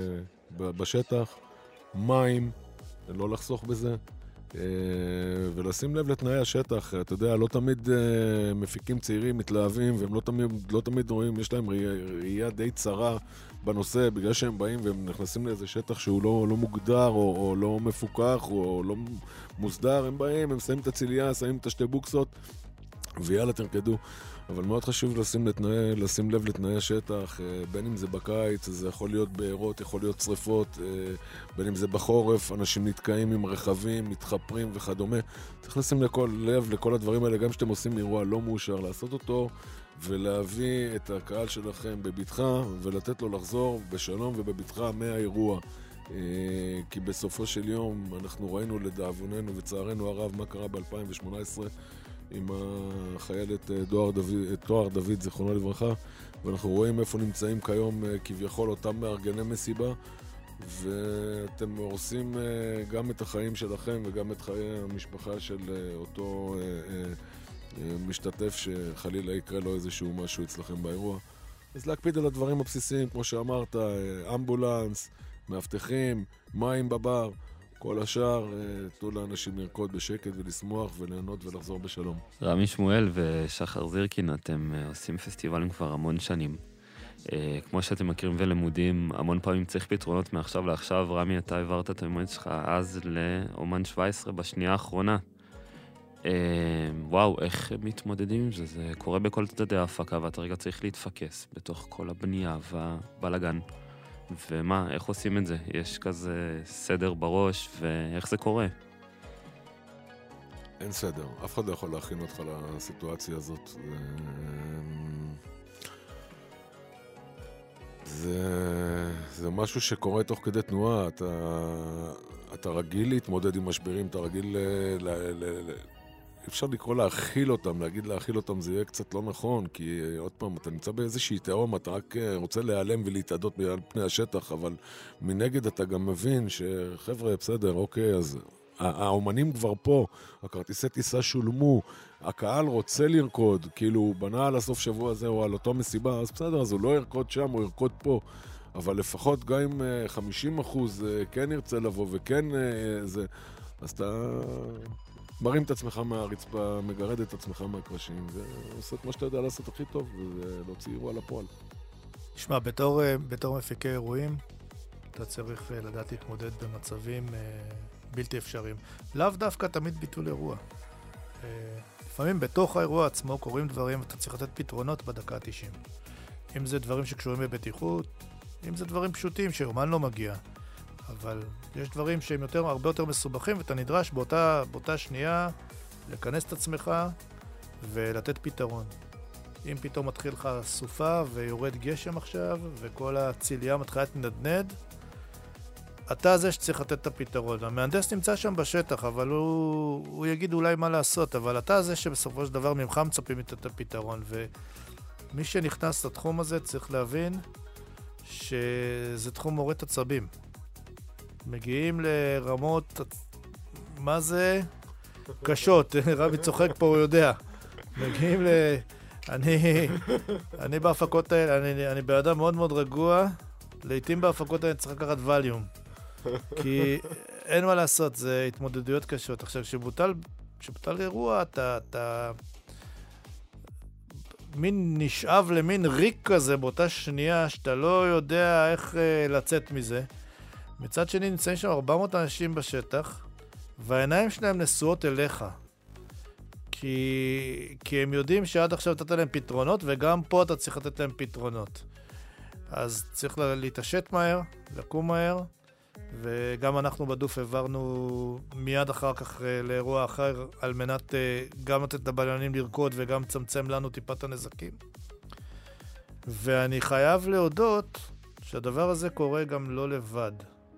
Speaker 3: בשטח, מים, לא לחסוך בזה, אה, ולשים לב לתנאי השטח. אתה יודע, לא תמיד אה, מפיקים צעירים מתלהבים, והם לא תמיד, לא תמיד רואים, יש להם ראייה, ראייה די צרה בנושא, בגלל שהם באים והם נכנסים לאיזה שטח שהוא לא, לא מוגדר, או, או לא מפוקח, או לא מוסדר, הם באים, הם שמים את הציליה, שמים את השתי בוקסות, ויאללה תרקדו. אבל מאוד חשוב לשים, לתנאי, לשים לב לתנאי השטח, בין אם זה בקיץ, זה יכול להיות בעירות, יכול להיות שריפות, בין אם זה בחורף, אנשים נתקעים עם רכבים, מתחפרים וכדומה. צריך לשים לכל, לב לכל הדברים האלה, גם שאתם עושים אירוע לא מאושר, לעשות אותו ולהביא את הקהל שלכם בביטחה ולתת לו לחזור בשלום ובביטחה מהאירוע. כי בסופו של יום אנחנו ראינו לדאבוננו וצערנו הרב מה קרה ב-אלפיים שמונה עשרה עם החיילת דואר דוד, תואר דוד, זכרונו לברכה, ואנחנו רואים איפה נמצאים כיום כביכול אותם מארגני מסיבה, ואתם הורסים גם את החיים שלכם וגם את חיי המשפחה של אותו משתתף שחלילה יקרה לו איזשהו משהו אצלכם באירוע. אז להקפיד על הדברים הבסיסיים, כמו שאמרת, אמבולנס, מאבטחים, מים בבר, כל השאר, תנו לאנשים לרקוד בשקט ולשמוח וליהנות ולחזור בשלום.
Speaker 1: רמי שמואל ושחר זירקין, אתם עושים פסטיבלים כבר המון שנים. כמו שאתם מכירים ולמודים, המון פעמים צריך פתרונות מעכשיו לעכשיו. רמי, אתה העברת את המועד שלך אז לאומן שבע עשרה בשנייה האחרונה. וואו, איך מתמודדים עם זה? זה קורה בכל צדדי ההפקה, ואתה רגע צריך להתפקס בתוך כל הבנייה והבלגן. ומה, איך עושים את זה? יש כזה סדר בראש, ואיך זה קורה?
Speaker 3: אין סדר. אף אחד לא יכול להכין אותך לסיטואציה הזאת. זה, זה משהו שקורה תוך כדי תנועה. אתה, אתה רגיל להתמודד עם משברים, אתה רגיל ל... ל, ל אפשר לקרוא להכיל אותם, להגיד להכיל אותם זה יהיה קצת לא נכון, כי עוד פעם, אתה נמצא באיזושהי תהום, אתה רק רוצה להיעלם ולהתעדות על פני השטח, אבל מנגד אתה גם מבין שחבר'ה, בסדר, אוקיי, אז האומנים כבר פה, הכרטיסי טיסה שולמו, הקהל רוצה לרקוד, כאילו הוא בנה על הסוף שבוע הזה או על אותו מסיבה, אז בסדר, אז הוא לא ירקוד שם, הוא ירקוד פה, אבל לפחות גם אם חמישים אחוז כן ירצה לבוא וכן זה, אז אתה מרים את עצמך מהרצפה, מגרד את עצמך מהקרשים, ועושה את מה שאתה יודע לעשות הכי טוב, ולהוציא אירוע לפועל.
Speaker 2: תשמע, בתור, בתור מפיקי אירועים, אתה צריך לדעת להתמודד במצבים בלתי אפשריים. לאו דווקא תמיד ביטול אירוע. לפעמים בתוך האירוע עצמו קורים דברים, ואתה צריך לתת פתרונות בדקה ה-תשעים. אם זה דברים שקשורים בבטיחות, אם זה דברים פשוטים שאומן לא מגיע. אבל יש דברים שהם יותר, הרבה יותר מסובכים, ואתה נדרש באותה, באותה שנייה לכנס את עצמך ולתת פתרון. אם פתאום מתחיל לך סופה ויורד גשם עכשיו, וכל הציליה מתחילה להתנדנד, אתה זה שצריך לתת את הפתרון. המהנדס נמצא שם בשטח, אבל הוא, הוא יגיד אולי מה לעשות, אבל אתה זה שבסופו של דבר ממך מצפים את הפתרון. ומי שנכנס לתחום הזה צריך להבין שזה תחום מורת עצבים. מגיעים לרמות, מה זה? קשות, רבי צוחק פה, הוא יודע. מגיעים ל... אני, אני בהפקות האלה, אני, אני באדם מאוד מאוד רגוע, לעתים בהפקות האלה צריך לקחת ווליום. כי אין מה לעשות, זה התמודדויות קשות. עכשיו, כשבוטל, כשבוטל אירוע, אתה, אתה מין נשאב למין ריק כזה באותה שנייה, שאתה לא יודע איך uh, לצאת מזה. מצד שני, נמצאים שם ארבע מאות אנשים בשטח, והעיניים שלהם נשואות אליך. כי, כי הם יודעים שעד עכשיו נתת להם פתרונות, וגם פה אתה צריך לתת להם פתרונות. אז צריך להתעשת מהר, לקום מהר, וגם אנחנו בדוף העברנו מיד אחר כך לאירוע אחר, על מנת גם לתת לבליינים לרקוד וגם צמצם לנו טיפת הנזקים. ואני חייב להודות שהדבר הזה קורה גם לא לבד.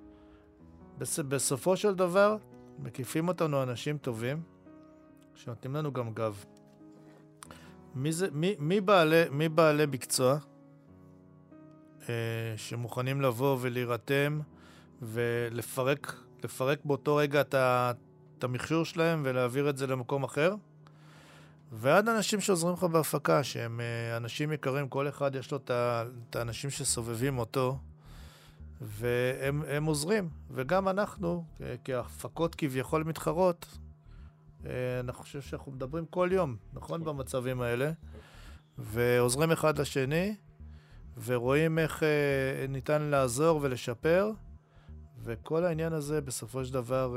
Speaker 2: בסופו של דבר, מקיפים אותנו אנשים טובים, שנותנים לנו גם גב. מי, זה, מי, מי, בעלי, מי בעלי מקצוע אה, שמוכנים לבוא ולהירתם ולפרק לפרק באותו רגע את המכשור שלהם ולהעביר את זה למקום אחר. ועד אנשים שעוזרים לך בהפקה, שהם אנשים יקרים, כל אחד יש לו את האנשים שסובבים אותו, והם הם עוזרים. וגם אנחנו, כהפקות כביכול מתחרות, אני חושב שאנחנו מדברים כל יום, נכון? במצבים האלה. ועוזרים אחד לשני, ורואים איך ניתן לעזור ולשפר, וכל העניין הזה בסופו של דבר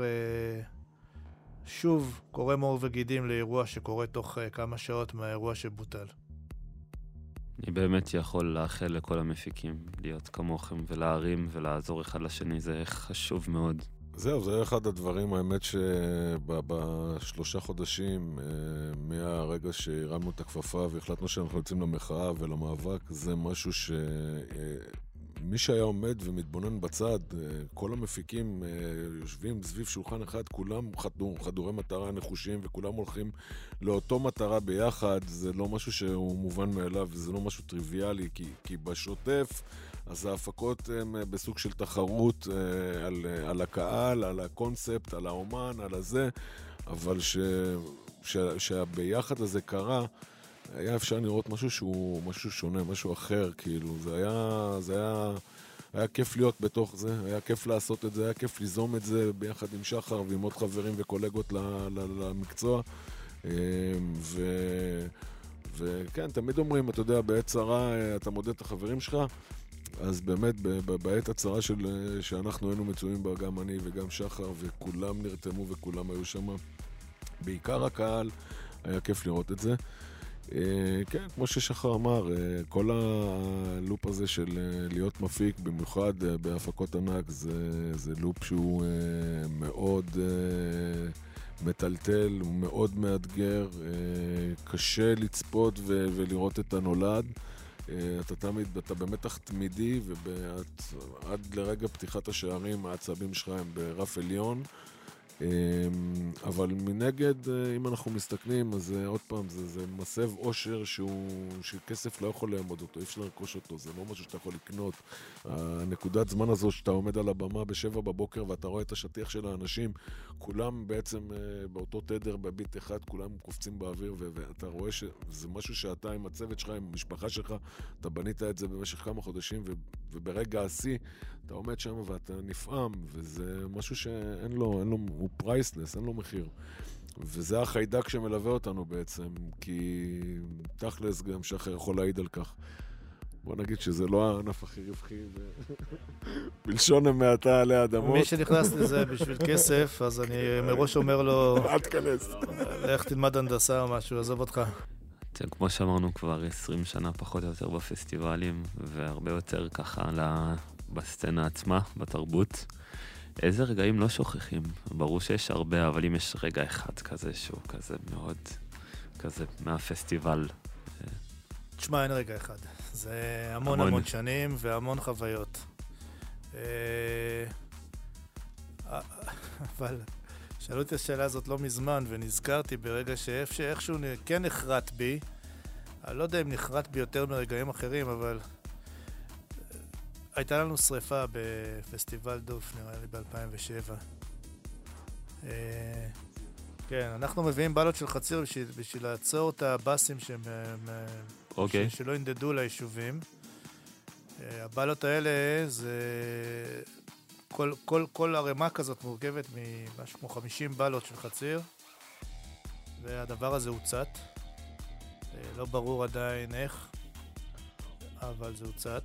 Speaker 2: שוב קורא מאור וגידים לאירוע שקורה תוך כמה שעות מהאירוע שבוטל.
Speaker 1: אני באמת יכול לאחל לכל המפיקים להיות כמוכם ולהרים ולעזור אחד לשני, זה חשוב מאוד.
Speaker 3: זהו, זה אחד הדברים, האמת שבשלושה חודשים מהרגע שהרמנו את הכפפה והחלטנו שאנחנו יוצאים למחאה ולמאבק, זה משהו ש... מי שהיה עומד ומתבונן בצד, כל המפיקים יושבים סביב שולחן אחד, כולם חדור, חדורי מטרה נחושים, וכולם הולכים לאותו מטרה ביחד. זה לא משהו שהוא מובן מאליו, זה לא משהו טריוויאלי, כי, כי בשוטף, אז ההפקות הם בסוג של תחרות על, על הקהל, על הקונספט, על האומן, על הזה, אבל ש, ש, שהביחד הזה קרה, היה אפשר לראות משהו שהוא משהו שונה, משהו אחר, כאילו, זה היה, זה היה, היה כיף להיות בתוך זה, היה כיף לעשות את זה, היה כיף ליזום את זה ביחד עם שחר ועם עוד חברים וקולגות למקצוע, ו, וכן, תמיד אומרים, אתה יודע, בעת צרה אתה מודד את החברים שלך, אז באמת, בעת הצרה של, שאנחנו היינו מצויים בה, גם אני וגם שחר, וכולם נרתמו וכולם היו שם, בעיקר הקהל, היה כיף לראות את זה. כן, כמו ששחר אמר, כל הלופ הזה של להיות מפיק, במיוחד בהפקות ענק, זה, זה לופ שהוא מאוד מטלטל, הוא מאוד מאתגר, קשה לצפות ו- ולראות את הנולד. אתה תמיד, אתה במתח תמידי, ועד לרגע פתיחת השערים, העצבים שלך הם ברף עליון. אבל מנגד, אם אנחנו מסתכלים, אז עוד פעם, זה, זה מסב אושר שהוא, שכסף לא יכול לעמוד אותו, אי אפשר לרכוש אותו, זה לא משהו שאתה יכול לקנות. הנקודת זמן הזו שאתה עומד על הבמה בשבע בבוקר ואתה רואה את השטיח של האנשים, כולם בעצם באותו תדר, בביט אחד, כולם קופצים באוויר, ואתה רואה שזה משהו שאתה עם הצוות שלך, עם המשפחה שלך, אתה בנית את זה במשך כמה חודשים, וברגע השיא, אתה עומד שם ואתה נפעם, וזה משהו שאין לו, אין לו, הוא פרייסלס, אין לו מחיר. וזה החיידק שמלווה אותנו בעצם, כי תכלס גם שחר יכול להעיד על כך. בוא נגיד שזה לא הענף הכי רווחי, בלשון המעטה עלי האדמות.
Speaker 2: מי שנכנס לזה בשביל כסף, אז אני מראש אומר לו,
Speaker 3: אל תכנס.
Speaker 2: לך תלמד הנדסה או משהו, עזוב אותך.
Speaker 1: כמו שאמרנו כבר עשרים שנה פחות או יותר בפסטיבלים, והרבה יותר ככה בסצנה עצמה, בתרבות. איזה רגעים לא שוכחים? ברור שיש הרבה, אבל אם יש רגע אחד כזה שהוא כזה מאוד, כזה מהפסטיבל.
Speaker 2: תשמע, אין רגע אחד. זה המון המון, המון שנים והמון חוויות. אבל שאלו את השאלה הזאת לא מזמן, ונזכרתי ברגע שאיכשהו כן נחרט בי, אני לא יודע אם נחרט בי יותר מרגעים אחרים, אבל הייתה לנו שריפה בפסטיבל דוף, נראה לי ב-אלפיים ושבע. כן, אנחנו מביאים בלות של חציר בשביל, בשביל לעצור את הבאסים שהם,
Speaker 1: okay.
Speaker 2: ש, שלא ינדדו ליישובים. הבלות האלה זה... כל, כל, כל הרמה כזאת מורכבת ממשהו כמו חמישים בלות של חציר, והדבר הזה הוצת. לא ברור עדיין איך, אבל זה הוצת.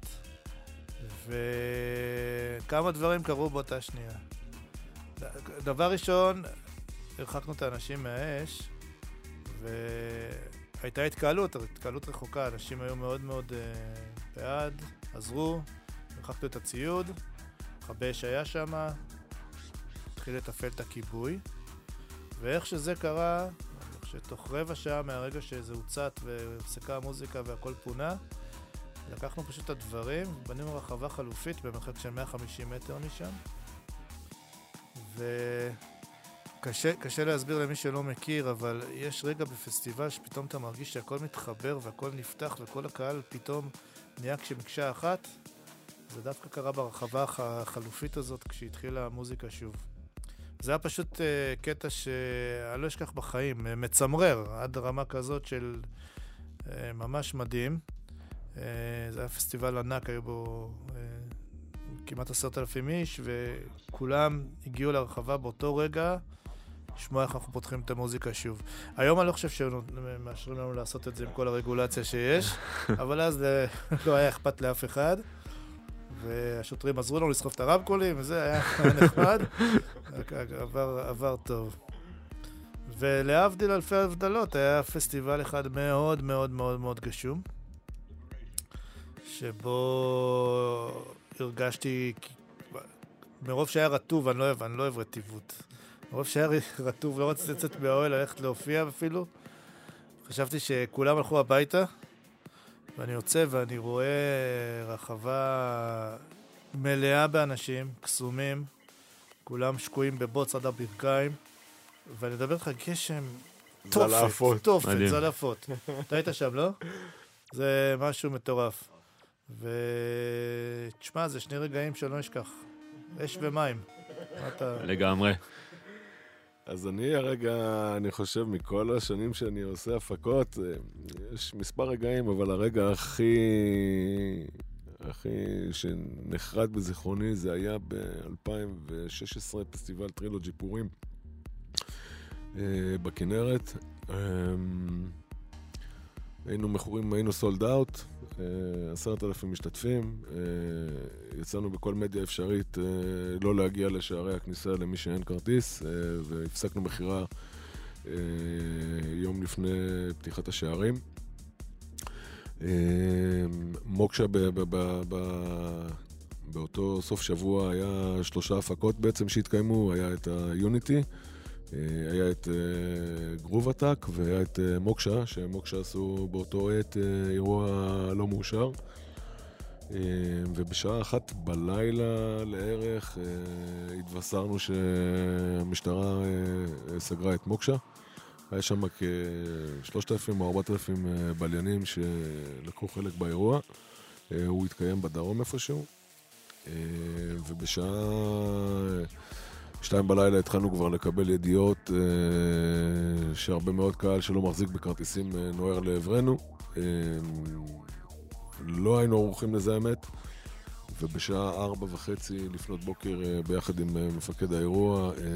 Speaker 2: וכמה דברים קרו באותה שנייה. דבר ראשון, הרחקנו את האנשים מהאש, והייתה התקהלות, התקהלות רחוקה, אנשים היו מאוד מאוד uh, בעד, עזרו, הרחקנו את הציוד, חבש היה שם, התחיל לטפל את הכיבוי, ואיך שזה קרה, שתוך רבע שעה מהרגע שזה הוצת והפסקה המוזיקה והכל פונה, לקחנו פשוט את הדברים, בנינו רחבה חלופית במרחק של מאה וחמישים מטר משם, וקשה קשה להסביר למי שלא מכיר, אבל יש רגע בפסטיבל שפתאום אתה מרגיש שהכל מתחבר והכל נפתח וכל הקהל פתאום נהיה כשמקשה אחת. זה דווקא קרה ברחבה החלופית הזאת כשהתחילה המוזיקה שוב. זה היה פשוט uh, קטע שאני לא אשכח בחיים, uh, מצמרר, עד רמה כזאת של uh, ממש מדהים. Uh, זה היה פסטיבל ענק, היו בו uh, כמעט עשרת אלפים איש, וכולם הגיעו לרחבה באותו רגע, לשמוע איך אנחנו פותחים את המוזיקה שוב. היום אני לא חושב שמאשרים לנו לעשות את זה עם כל הרגולציה שיש, אבל אז לא היה אכפת לאף אחד. והשוטרים עזרו לנו לסחוב את הרמקולים, וזה היה נחמד, עבר, עבר טוב. ולהבדיל אלפי הבדלות, היה פסטיבל אחד מאוד מאוד מאוד מאוד גשום, שבו הרגשתי, מרוב שהיה רטוב, אני לא אוהב, אני לא אוהב רטיבות. מרוב שהיה רטוב, לא רציתי לצאת מהאוהל, ללכת להופיע אפילו. חשבתי שכולם הלכו הביתה, ואני יוצא ואני רואה רחבה מלאה באנשים, קסומים, כולם שקועים בבוץ עד הברכיים, ואני מדבר לך גשם תופת, תופת, זלפות. אתה היית שם, לא? זה משהו מטורף. ותשמע, זה שני רגעים שאני לא אשכח. אש ומים.
Speaker 1: לגמרי.
Speaker 3: אז אני הרגע, אני חושב, מכל השנים שאני עושה הפקות, יש מספר רגעים, אבל הרגע הכי, הכי שנחרד בזיכרוני, זה היה ב-אלפיים ושש עשרה, פסטיבל טרילוג'י פורים בכנרת. היינו מכורים, היינו סולד אאוט, עשרת אלפים משתתפים, יצאנו בכל מדיה אפשרית לא להגיע לשערי הכניסה למי שאין כרטיס, והפסקנו מחירה יום לפני פתיחת השערים. מוקשה באותו סוף שבוע היה שלושה הפקות בעצם שהתקיימו, היה את היוניטי, היה את גרוב אטאק והיה את מוקשה, שמוקשה עשו באותו עת אירוע לא מאושר. ובשעה אחת בלילה לערך התבשרנו שהמשטרה סגרה את מוקשה. היה שם כ-שלושת אלפים או ארבעת אלפים בליינים שלקחו חלק באירוע. הוא התקיים בדרום איפשהו. ובשעה שתיים בלילה התחלנו כבר לקבל ידיעות אה, שהרבה מאוד קהל שלא מחזיק בכרטיסים אה, נוער לעברנו. אה, לא היינו ערוכים לזה האמת, ובשעה ארבע וחצי לפנות בוקר אה, ביחד עם אה, מפקד האירוע אה,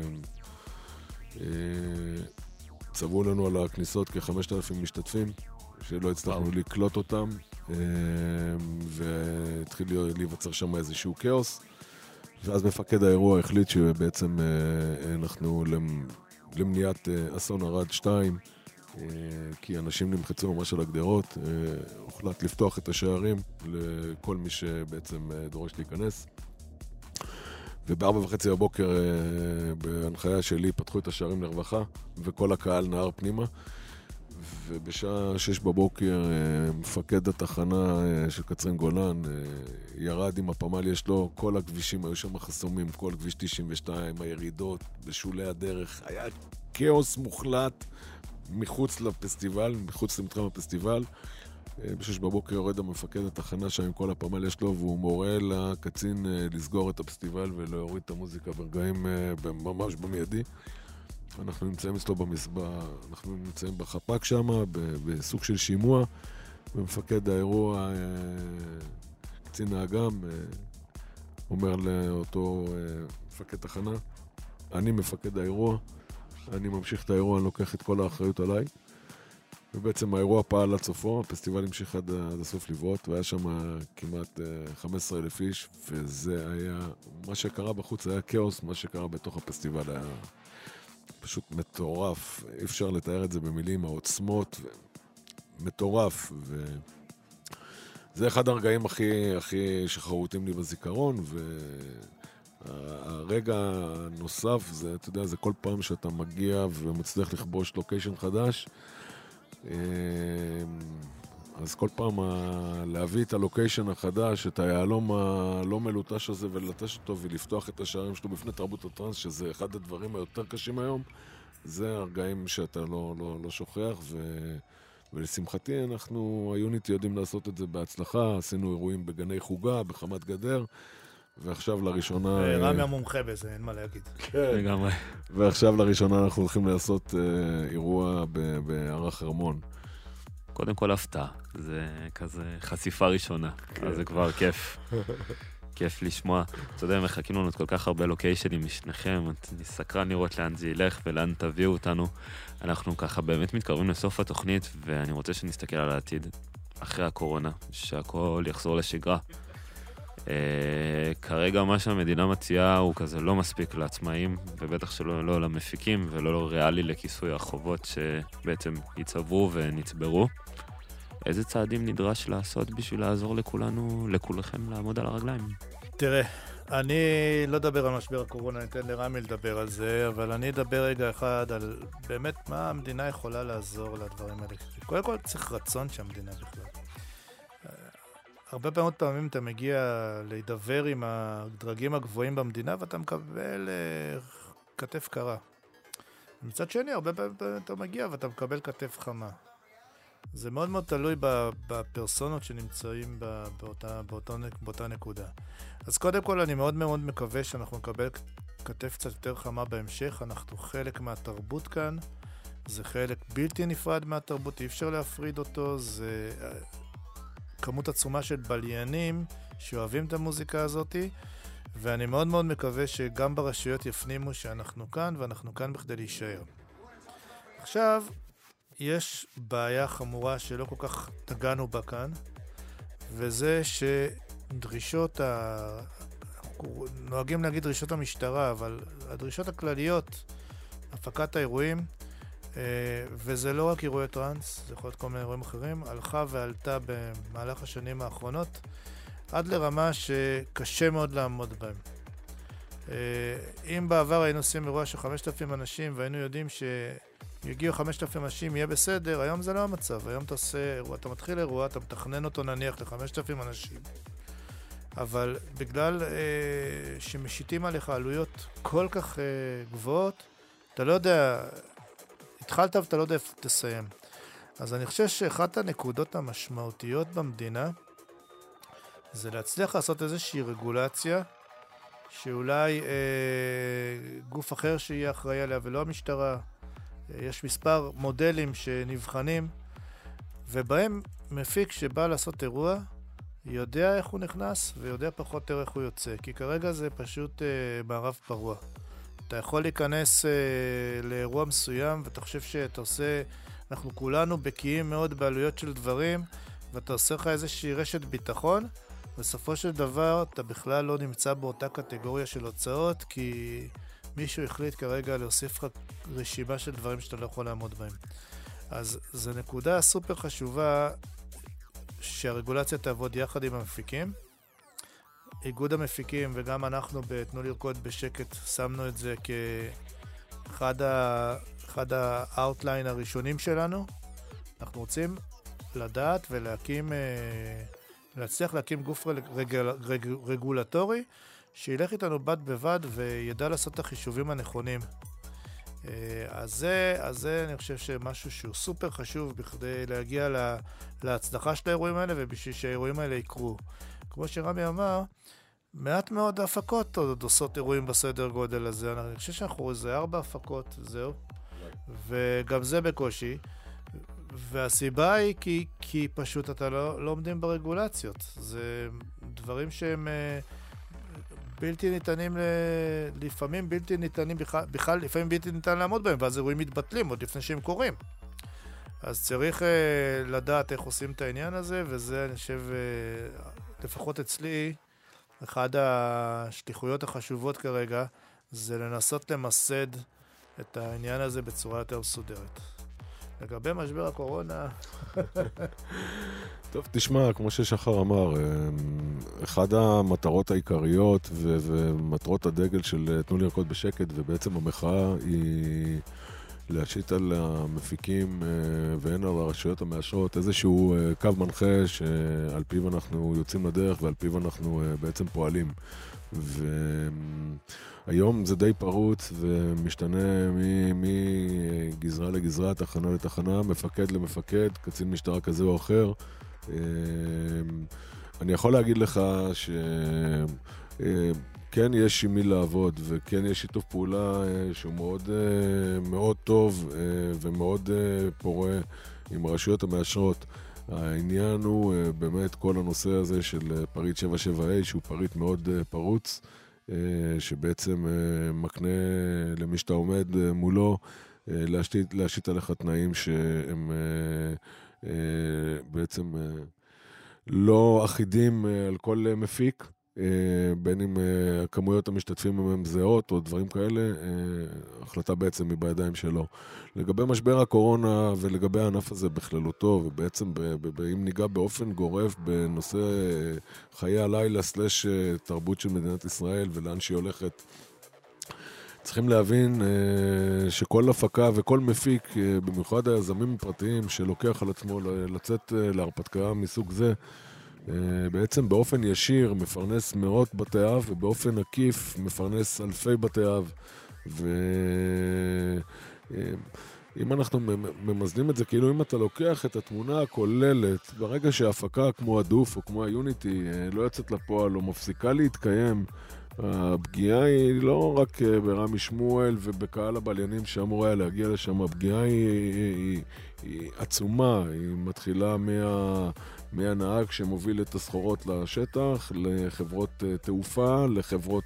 Speaker 3: אה, צבעו לנו על הכניסות כ-חמשת אלפים משתתפים שלא הצלחנו לקלוט אותם, אה, והתחיל להיווצר שם איזשהו כאוס. ואז מפקד האירוע החליט שבעצם אנחנו למניעת אסון ערד שתיים, כי אנשים נמחצו ממש על הגדרות, הוחלט לפתוח את השערים לכל מי שבעצם דורש להיכנס. ובארבע וחצי בבוקר בהנחיה שלי פתחו את השערים לרווחה, וכל הקהל נהר פנימה. ובשעה שש בבוקר מפקד התחנה של קצרין גולן ירד עם הפמל, יש לו, כל הכבישים היו שם חסומים, כל כביש תשעים ושתיים, הירידות בשולי הדרך, היה כאוס מוחלט מחוץ לפסטיבל, מחוץ למתחם הפסטיבל. בשש בבוקר יורד המפקד התחנה שם עם כל הפמל יש לו, והוא מורה לקצין לסגור את הפסטיבל ולהוריד את המוזיקה ברגעים ממש במיידי. אנחנו נמצאים אצלו במסבע, אנחנו נמצאים בחפ"ק שם, בסוג של שימוע, ומפקד האירוע, קצין האג"ם, אומר לאותו מפקד תחנה, אני מפקד האירוע, אני ממשיך את האירוע, אני לוקח את כל האחריות עליי, ובעצם האירוע פעל עד סופו, הפסטיבל המשיך עד, עד הסוף לברות, והיה שם כמעט חמישה עשר אלף איש, וזה היה, מה שקרה בחוץ היה כאוס, מה שקרה בתוך הפסטיבל היה פשוט מטורף, אי אפשר לתאר את זה במילים, העוצמות, מטורף, וזה אחד הרגעים הכי, הכי שחרוטים לי בזיכרון, והרגע הנוסף, זה, אתה יודע, זה כל פעם שאתה מגיע ומצליח לכבוש לוקיישן חדש, אז כל פעם להביא את הלוקיישן החדש, את היעלום הלא מלוטש הזה ולטש אותו ולפתוח את השערים שלו בפני תרבות הטרנס, שזה אחד הדברים היותר קשים היום, זה הרגעים שאתה לא, לא, לא שוכח, ו... ולשמחתי אנחנו, היוניטי יודעים לעשות את זה בהצלחה, עשינו אירועים בגני חוגה, בחמת גדר, ועכשיו לראשונה...
Speaker 2: רמי המומחה בזה, אין מה להגיד.
Speaker 3: כן.
Speaker 1: לגמרי.
Speaker 3: ועכשיו לראשונה אנחנו הולכים לעשות אירוע בהר החרמון.
Speaker 1: קודם כל הפתעה, זה כזה חשיפה ראשונה, אז זה כבר כיף. כיף לשמוע. אתה יודע, מחכים לנו כל כך הרבה לוקיישנים משניכם, אני סקרן לראות לאן זה ילך ולאן תביאו אותנו. אנחנו ככה באמת מתקרבים לסוף התוכנית, ואני רוצה שנסתכל על העתיד, אחרי הקורונה, שהכל יחזור לשגרה. כרגע מה שהמדינה מציעה הוא כזה לא מספיק לעצמאים, ובטח שלא לא למפיקים ולא ריאלי לכיסוי החובות שבעצם ייצברו ונצברו. איזה צעדים נדרש לעשות בשביל לעזור לכולנו, לכולכם לעמוד על הרגליים?
Speaker 2: תראה, אני לא אדבר על משבר הקורונה, אני אתן לרמי לדבר על זה, אבל אני אדבר רגע אחד על באמת מה המדינה יכולה לעזור לדברים האלה. קודם כל צריך רצון שהמדינה בכלל. הרבה פעמים פעמים אתה מגיע להידבר עם הדרגים הגבוהים במדינה ואתה מקבל כתף קרה. מצד שני, הרבה פעמים אתה מגיע ואתה מקבל כתף חמה. זה מאוד מאוד תלוי בפרסונות שנמצאים באותה, באותה, באותה נקודה. אז קודם כל אני מאוד מאוד מקווה שאנחנו נקבל כתף קצת יותר חמה בהמשך. אנחנו חלק מהתרבות כאן, זה חלק בלתי נפרד מהתרבות, אי אפשר להפריד אותו, זה כמות עצומה של בליינים שאוהבים את המוזיקה הזאת, ואני מאוד מאוד מקווה שגם ברשויות יפנימו שאנחנו כאן, ואנחנו כאן בכדי להישאר. עכשיו, יש בעיה חמורה שלא כל כך תגענו בה כאן, וזה שדרישות, ה... נוהגים להגיד דרישות המשטרה, אבל הדרישות הכלליות, הפקת האירועים, וזה לא רק אירועי טרנס, זה יכול להיות כל מיני אירועים אחרים, הלכה ועלתה במהלך השנים האחרונות, עד לרמה שקשה מאוד לעמוד בהם. אם בעבר היינו עושים אירוע של חמשת אלפים אנשים, והיינו יודעים שיגיעו חמשת אלפים אנשים, יהיה בסדר, היום זה לא המצב. היום אתה עושה אירוע, אתה מתחיל אירוע, אתה מתכנן אותו נניח ל-חמשת אלפים אנשים. אבל בגלל אה, שמשיתים עליך עלויות כל כך אה, גבוהות, אתה לא יודע, התחלת ואתה לא יודע איפה תסיים. אז אני חושב שאחת הנקודות המשמעותיות במדינה, זה להצליח לעשות איזושהי רגולציה, שאולי אה, גוף אחר שיהיה אחראי עליה ולא המשטרה. אה, יש מספר מודלים שנבחנים, ובהם מפיק שבא לעשות אירוע, יודע איך הוא נכנס ויודע פחות איך הוא יוצא. כי כרגע זה פשוט אה, מערב פרוע. אתה יכול להיכנס אה, לאירוע מסוים, ואתה חושב שאתה עושה, אנחנו כולנו בקיאים מאוד בעלויות של דברים, ואתה עושה לך איזושהי רשת ביטחון, בסופו של דבר אתה בכלל לא נמצא באותה קטגוריה של הוצאות, כי מישהו החליט כרגע להוסיף לך רשימה של דברים שאתה לא יכול לעמוד בהם. אז זו נקודה סופר חשובה, שהרגולציה תעבוד יחד עם המפיקים. איגוד המפיקים וגם אנחנו בתנו לרקוד בשקט שמנו את זה כאחד ה... אחד האוטליין הראשונים שלנו. אנחנו רוצים לדעת ולהקים, להצליח להקים גוף רגל, רג, רגולטורי שילך איתנו בד בבד וידע לעשות את החישובים הנכונים. אז זה, אז זה אני חושב שמשהו שהוא סופר חשוב בכדי להגיע לה, להצלחה של האירועים האלה ובשביל שהאירועים האלה יקרו. כמו שרמי אמר, מעט מאוד הפקות עוד עושות אירועים בסדר גודל הזה. אני חושב שאנחנו איזה ארבע הפקות, זהו. וגם זה בקושי. והסיבה היא כי, כי פשוט אתה לא, לא עומדים ברגולציות. זה דברים שהם בלתי ניתנים, לפעמים בלתי ניתנים בכלל, בכלל לפעמים בלתי ניתן לעמוד בהם, ואז אירועים מתבטלים עוד לפני שהם קורים. אז צריך לדעת איך עושים את העניין הזה, וזה אני חושב, לפחות אצלי, אחד השליחויות החשובות כרגע, זה לנסות למסד את העניין הזה בצורה יותר מסודרת. לגבי משבר הקורונה...
Speaker 3: טוב, תשמע, כמו ששחר אמר, אחד המטרות העיקריות ו- ומטרות הדגל של תנו לרקוד בשקט, ובעצם המחאה היא להשית על המפיקים והן על הרשויות המאשרות איזשהו קו מנחה שעל פיו אנחנו יוצאים לדרך ועל פיו אנחנו בעצם פועלים. והיום זה די פרוץ ומשתנה מגזרה לגזרה, תחנה לתחנה, מפקד למפקד, קצין משטרה כזה או אחר. אני יכול להגיד לך כן יש עם מי לעבוד, וכן יש שיתוף פעולה שהוא מאוד, מאוד טוב ומאוד פורה עם הרשויות המאשרות. העניין הוא באמת כל הנושא הזה של פריט שבע שבע איי, שהוא פריט מאוד פרוץ, שבעצם מקנה למי שאתה עומד מולו, להשית, להשית עליך תנאים שהם בעצם לא אחידים על כל מפיק, בין אם כמויות המשתתפים הם זהות או דברים כאלה, החלטה בעצם היא בידיים שלו. לגבי משבר הקורונה ולגבי הענף הזה בכללותו, ובעצם אם ניגע באופן גורף בנושא חיי הלילה סלש תרבות של מדינת ישראל ולאן שהיא הולכת, צריכים להבין שכל הפקה וכל מפיק, במיוחד היזמים הפרטיים שלוקח על עצמו לצאת להרפתקה מסוג זה, בעצם באופן ישיר מפרנס מאות בתי אב, ובאופן עקיף מפרנס אלפי בתי אב. ואם אנחנו ממזנים את זה, כאילו אם אתה לוקח את התמונה הכוללת, ברגע שההפקה כמו הדוף או כמו היוניטי לא יוצאת לפועל או מפסיקה להתקיים, הפגיעה היא לא רק ברמי שמואל ובקהל הבליינים שאמור היה להגיע לשם, הפגיעה היא, היא, היא, היא עצומה, היא מתחילה מה... מהנהג שמוביל את הסחורות לשטח, לחברות תעופה, לחברות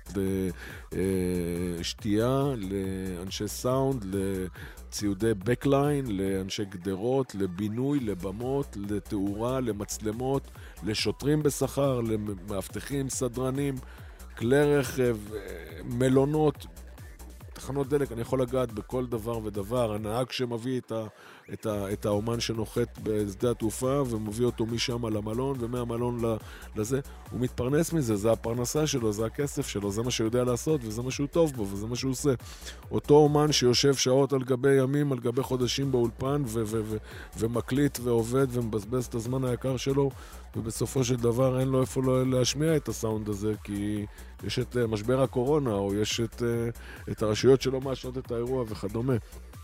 Speaker 3: שתייה, לאנשי סאונד, לציודי בקליין, לאנשי גדרות, לבינוי, לבמות, לתאורה, למצלמות, לשוטרים בשכר, למאבטחים, סדרנים, כלי רכב, מלונות, תחנות דלק. אני יכול לגעת בכל דבר ודבר. הנהג שמביא את ה... את, ה, את האומן שנוחת בשדה התעופה ומביא אותו משם למלון ומהמלון לזה, הוא מתפרנס מזה, זה הפרנסה שלו, זה הכסף שלו, זה מה שהוא יודע לעשות וזה מה שהוא טוב בו וזה מה שהוא עושה. אותו אומן שיושב שעות על גבי ימים, על גבי חודשים באולפן ו- ו- ו- ומקליט ועובד ומבזבז את הזמן היקר שלו, ובסופו של דבר אין לו איפה לא להשמיע את הסאונד הזה, כי יש את משבר הקורונה או יש את, את הרשויות שלא מאשרות את האירוע וכדומה.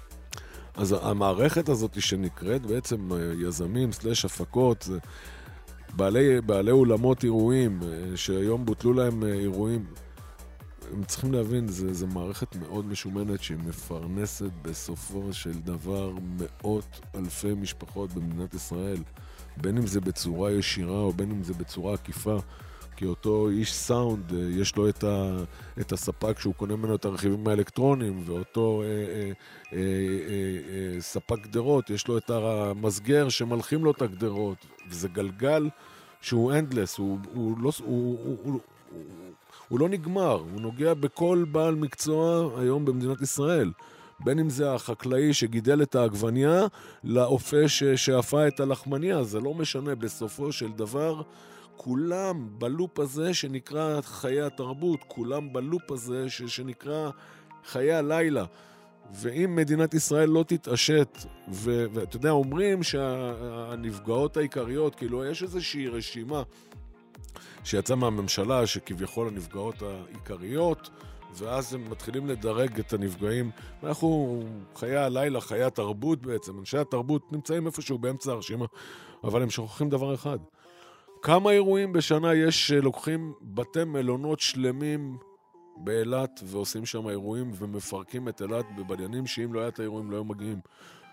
Speaker 3: אז המערכת הזאת שנקראת בעצם יזמים סלש הפקות, זה בעלי, בעלי אולמות אירועים, שהיום בוטלו להם אירועים, הם צריכים להבין, זה, זה מערכת מאוד משומנת שהיא מפרנסת בסופו של דבר מאות אלפי משפחות במדינת ישראל, בין אם זה בצורה ישירה או בין אם זה בצורה עקיפה, כי אותו איש סאונד, יש לו את, ה, את הספק שהוא קונה ממנו את הרכיבים האלקטרונים, ואותו אה, אה, אה, אה, אה, ספק גדרות, יש לו את המסגר שמלכים לו את הגדרות, וזה גלגל שהוא אנדלס, הוא, הוא, לא, הוא, הוא, הוא, הוא, הוא לא נגמר, הוא נוגע בכל בעל מקצוע היום במדינת ישראל. בין אם זה החקלאי שגידל את העגבניה, לאופה שאפה את הלחמניה, זה לא משנה, בסופו של דבר, כולם בלופ הזה שנקרא חיי התרבות, כולם בלופ הזה ש- שנקרא חיי הלילה. ואם מדינת ישראל לא תתעשת, ו- ואתה יודע, אומרים שהנפגעות העיקריות, כאילו יש איזושהי רשימה שיצאה מהממשלה שכביכול הנפגעות העיקריות, ואז הם מתחילים לדרג את הנפגעים. אנחנו, חיי הלילה, חיי התרבות בעצם, אנשי התרבות נמצאים איפשהו באמצע הרשימה, אבל הם שוכחים דבר אחד. כמה אירועים בשנה יש לוקחים בתי מלונות שלמים באילת ועושים שם אירועים ומפרקים את אילת בבליינים שאם לא היה את האירועים לא היו מגיעים.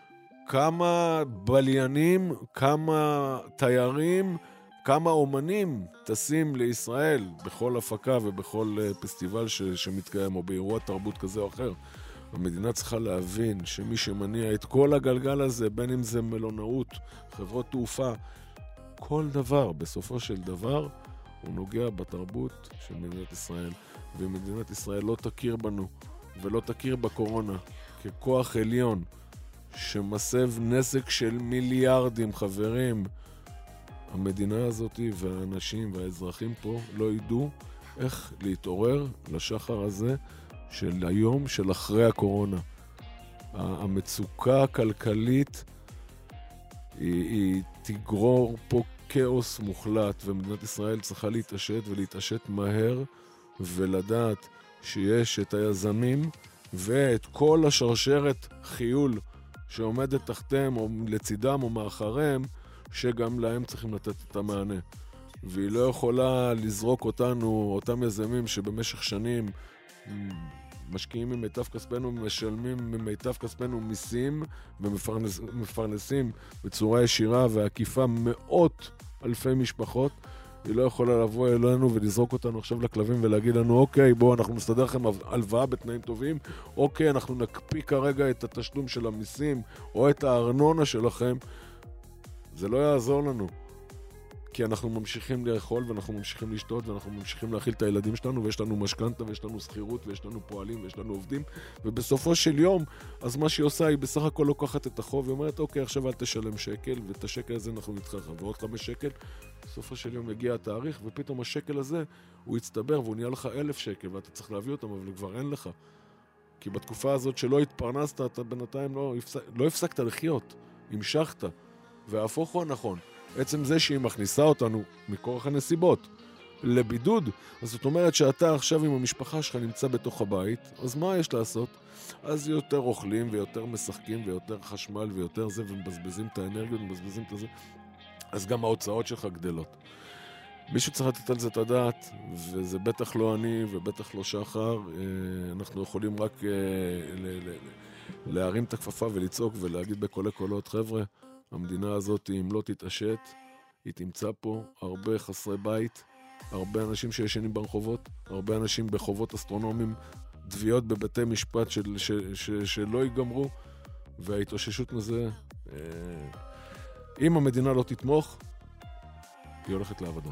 Speaker 3: כמה בליינים, כמה תיירים, כמה אומנים טסים לישראל בכל הפקה ובכל פסטיבל ש- שמתקיים או באירוע תרבות כזה או אחר. המדינה צריכה להבין שמי שמניע את כל הגלגל הזה, בין אם זה מלונאות, חברות תעופה, כל דבר, בסופו של דבר, הוא נוגע בתרבות של מדינת ישראל. ומדינת ישראל לא תכיר בנו ולא תכיר בקורונה ככוח עליון שמסב נזק של מיליארדים, חברים. המדינה הזאת והאנשים והאזרחים פה לא ידעו איך להתעורר לשחר הזה של היום של אחרי הקורונה. המצוקה הכלכלית היא, היא תגרור פה כאוס מוחלט, ומדינת ישראל צריכה להתעשת ולהתעשת מהר ולדעת שיש את היזמים ואת כל השרשרת חיול שעומדת תחתם או לצידם או מאחריהם, שגם להם צריכים לתת את המענה. והיא לא יכולה לזרוק אותנו, אותם יזמים שבמשך שנים משקיעים ממיטב כספנו, משלמים ממיטב כספנו מיסים, ומפרנסים בצורה ישירה ועקיפה מאות אלפי משפחות. היא לא יכולה לבוא אלינו ולזרוק אותנו עכשיו לכלבים ולהגיד לנו, אוקיי, בואו, אנחנו נסתדר לכם הלוואה בתנאים טובים, אוקיי, אנחנו נקפיא כרגע את התשלום של המיסים, או את הארנונה שלכם. זה לא יעזור לנו. כי אנחנו ממשיכים לאכול, ואנחנו ממשיכים לשתות, ואנחנו ממשיכים להאכיל את הילדים שלנו, ויש לנו משכנתה, ויש לנו שכירות, ויש לנו פועלים, ויש לנו עובדים, ובסופו של יום, אז מה שהיא עושה, היא בסך הכל לוקחת את החוב, ואומרת, אוקיי, עכשיו אל תשלם שקל, ואת השקל הזה אנחנו נתחרחם, ועוד חמש שקל, בסופו של יום יגיע התאריך, ופתאום השקל הזה, הוא יצטבר, והוא נהיה לך אלף שקל, ואתה צריך להביא אותם, אבל כבר אין לך. כי בתקופה הזאת שלא התפרנסת, אתה בינתיים לא, לא הפסקת לחיות, המשכת, וההפוך הוא הנכון. עצם זה שהיא מכניסה אותנו מכורח הנסיבות לבידוד, אז זאת אומרת שאתה עכשיו עם המשפחה שלך נמצא בתוך הבית, אז מה יש לעשות? אז יותר אוכלים ויותר משחקים ויותר חשמל ויותר זה, ומבזבזים את האנרגיות, מבזבזים את זה, אז גם ההוצאות שלך גדלות. מישהו צריך לתת על זה את הדעת, וזה בטח לא אני ובטח לא שחר, אנחנו יכולים רק להרים את הכפפה ולצעוק ולהגיד בקולי קולות, חבר'ה, המדינה הזאת, אם לא תתעשת, היא תמצא פה הרבה חסרי בית, הרבה אנשים שישנים ברחובות, הרבה אנשים בחובות אסטרונומיים, תביעות בבתי משפט של, ש, ש, שלא ייגמרו, וההתאוששות מזה, אה, אם המדינה לא תתמוך, היא הולכת לאבדון.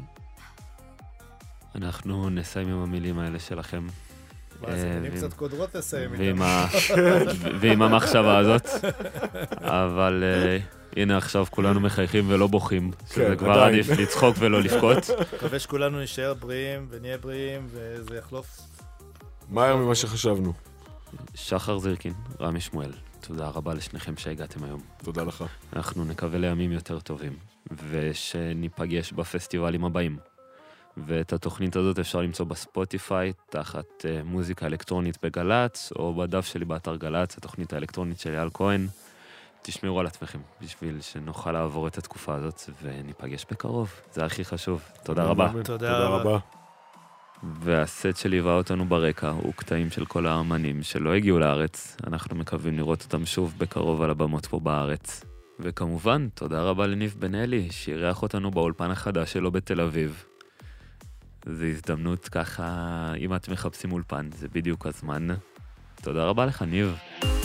Speaker 1: אנחנו נסיים עם המילים האלה שלכם.
Speaker 2: זה מילים קצת קודרות לסיים איתם.
Speaker 1: ועם המחשבה הזאת. אבל הנה עכשיו כולנו מחייכים ולא בוכים. שזה כבר עדיף לצחוק ולא לבכות.
Speaker 2: מקווה שכולנו נשאר בריאים ונהיה בריאים וזה יחלוף.
Speaker 3: מהר ממה שחשבנו.
Speaker 1: שחר זירקין, רמי שמואל, תודה רבה לשניכם שהגעתם היום.
Speaker 3: תודה לך.
Speaker 1: אנחנו נקווה לימים יותר טובים, ושניפגש בפסטיבלים הבאים. ואת התוכנית הזאת אפשר למצוא בספוטיפיי, תחת uh, מוזיקה אלקטרונית בגלץ, או בדף שלי באתר גלץ, התוכנית האלקטרונית של אייל כהן. תשמרו על עצמכם, בשביל שנוכל לעבור את התקופה הזאת, וניפגש בקרוב. זה הכי חשוב. תודה רבה.
Speaker 2: תודה רבה.
Speaker 1: והסט שליווה אותנו ברקע הוא קטעים של כל האמנים שלא הגיעו לארץ. אנחנו מקווים לראות אותם שוב בקרוב על הבמות פה בארץ. וכמובן, תודה רבה לניב בן אלי, שאירח אותנו באולפן החדש שלו בתל אביב. זו הזדמנות ככה, אם אתם מחפשים אולפן, זה בדיוק הזמן. תודה רבה לך, ניב.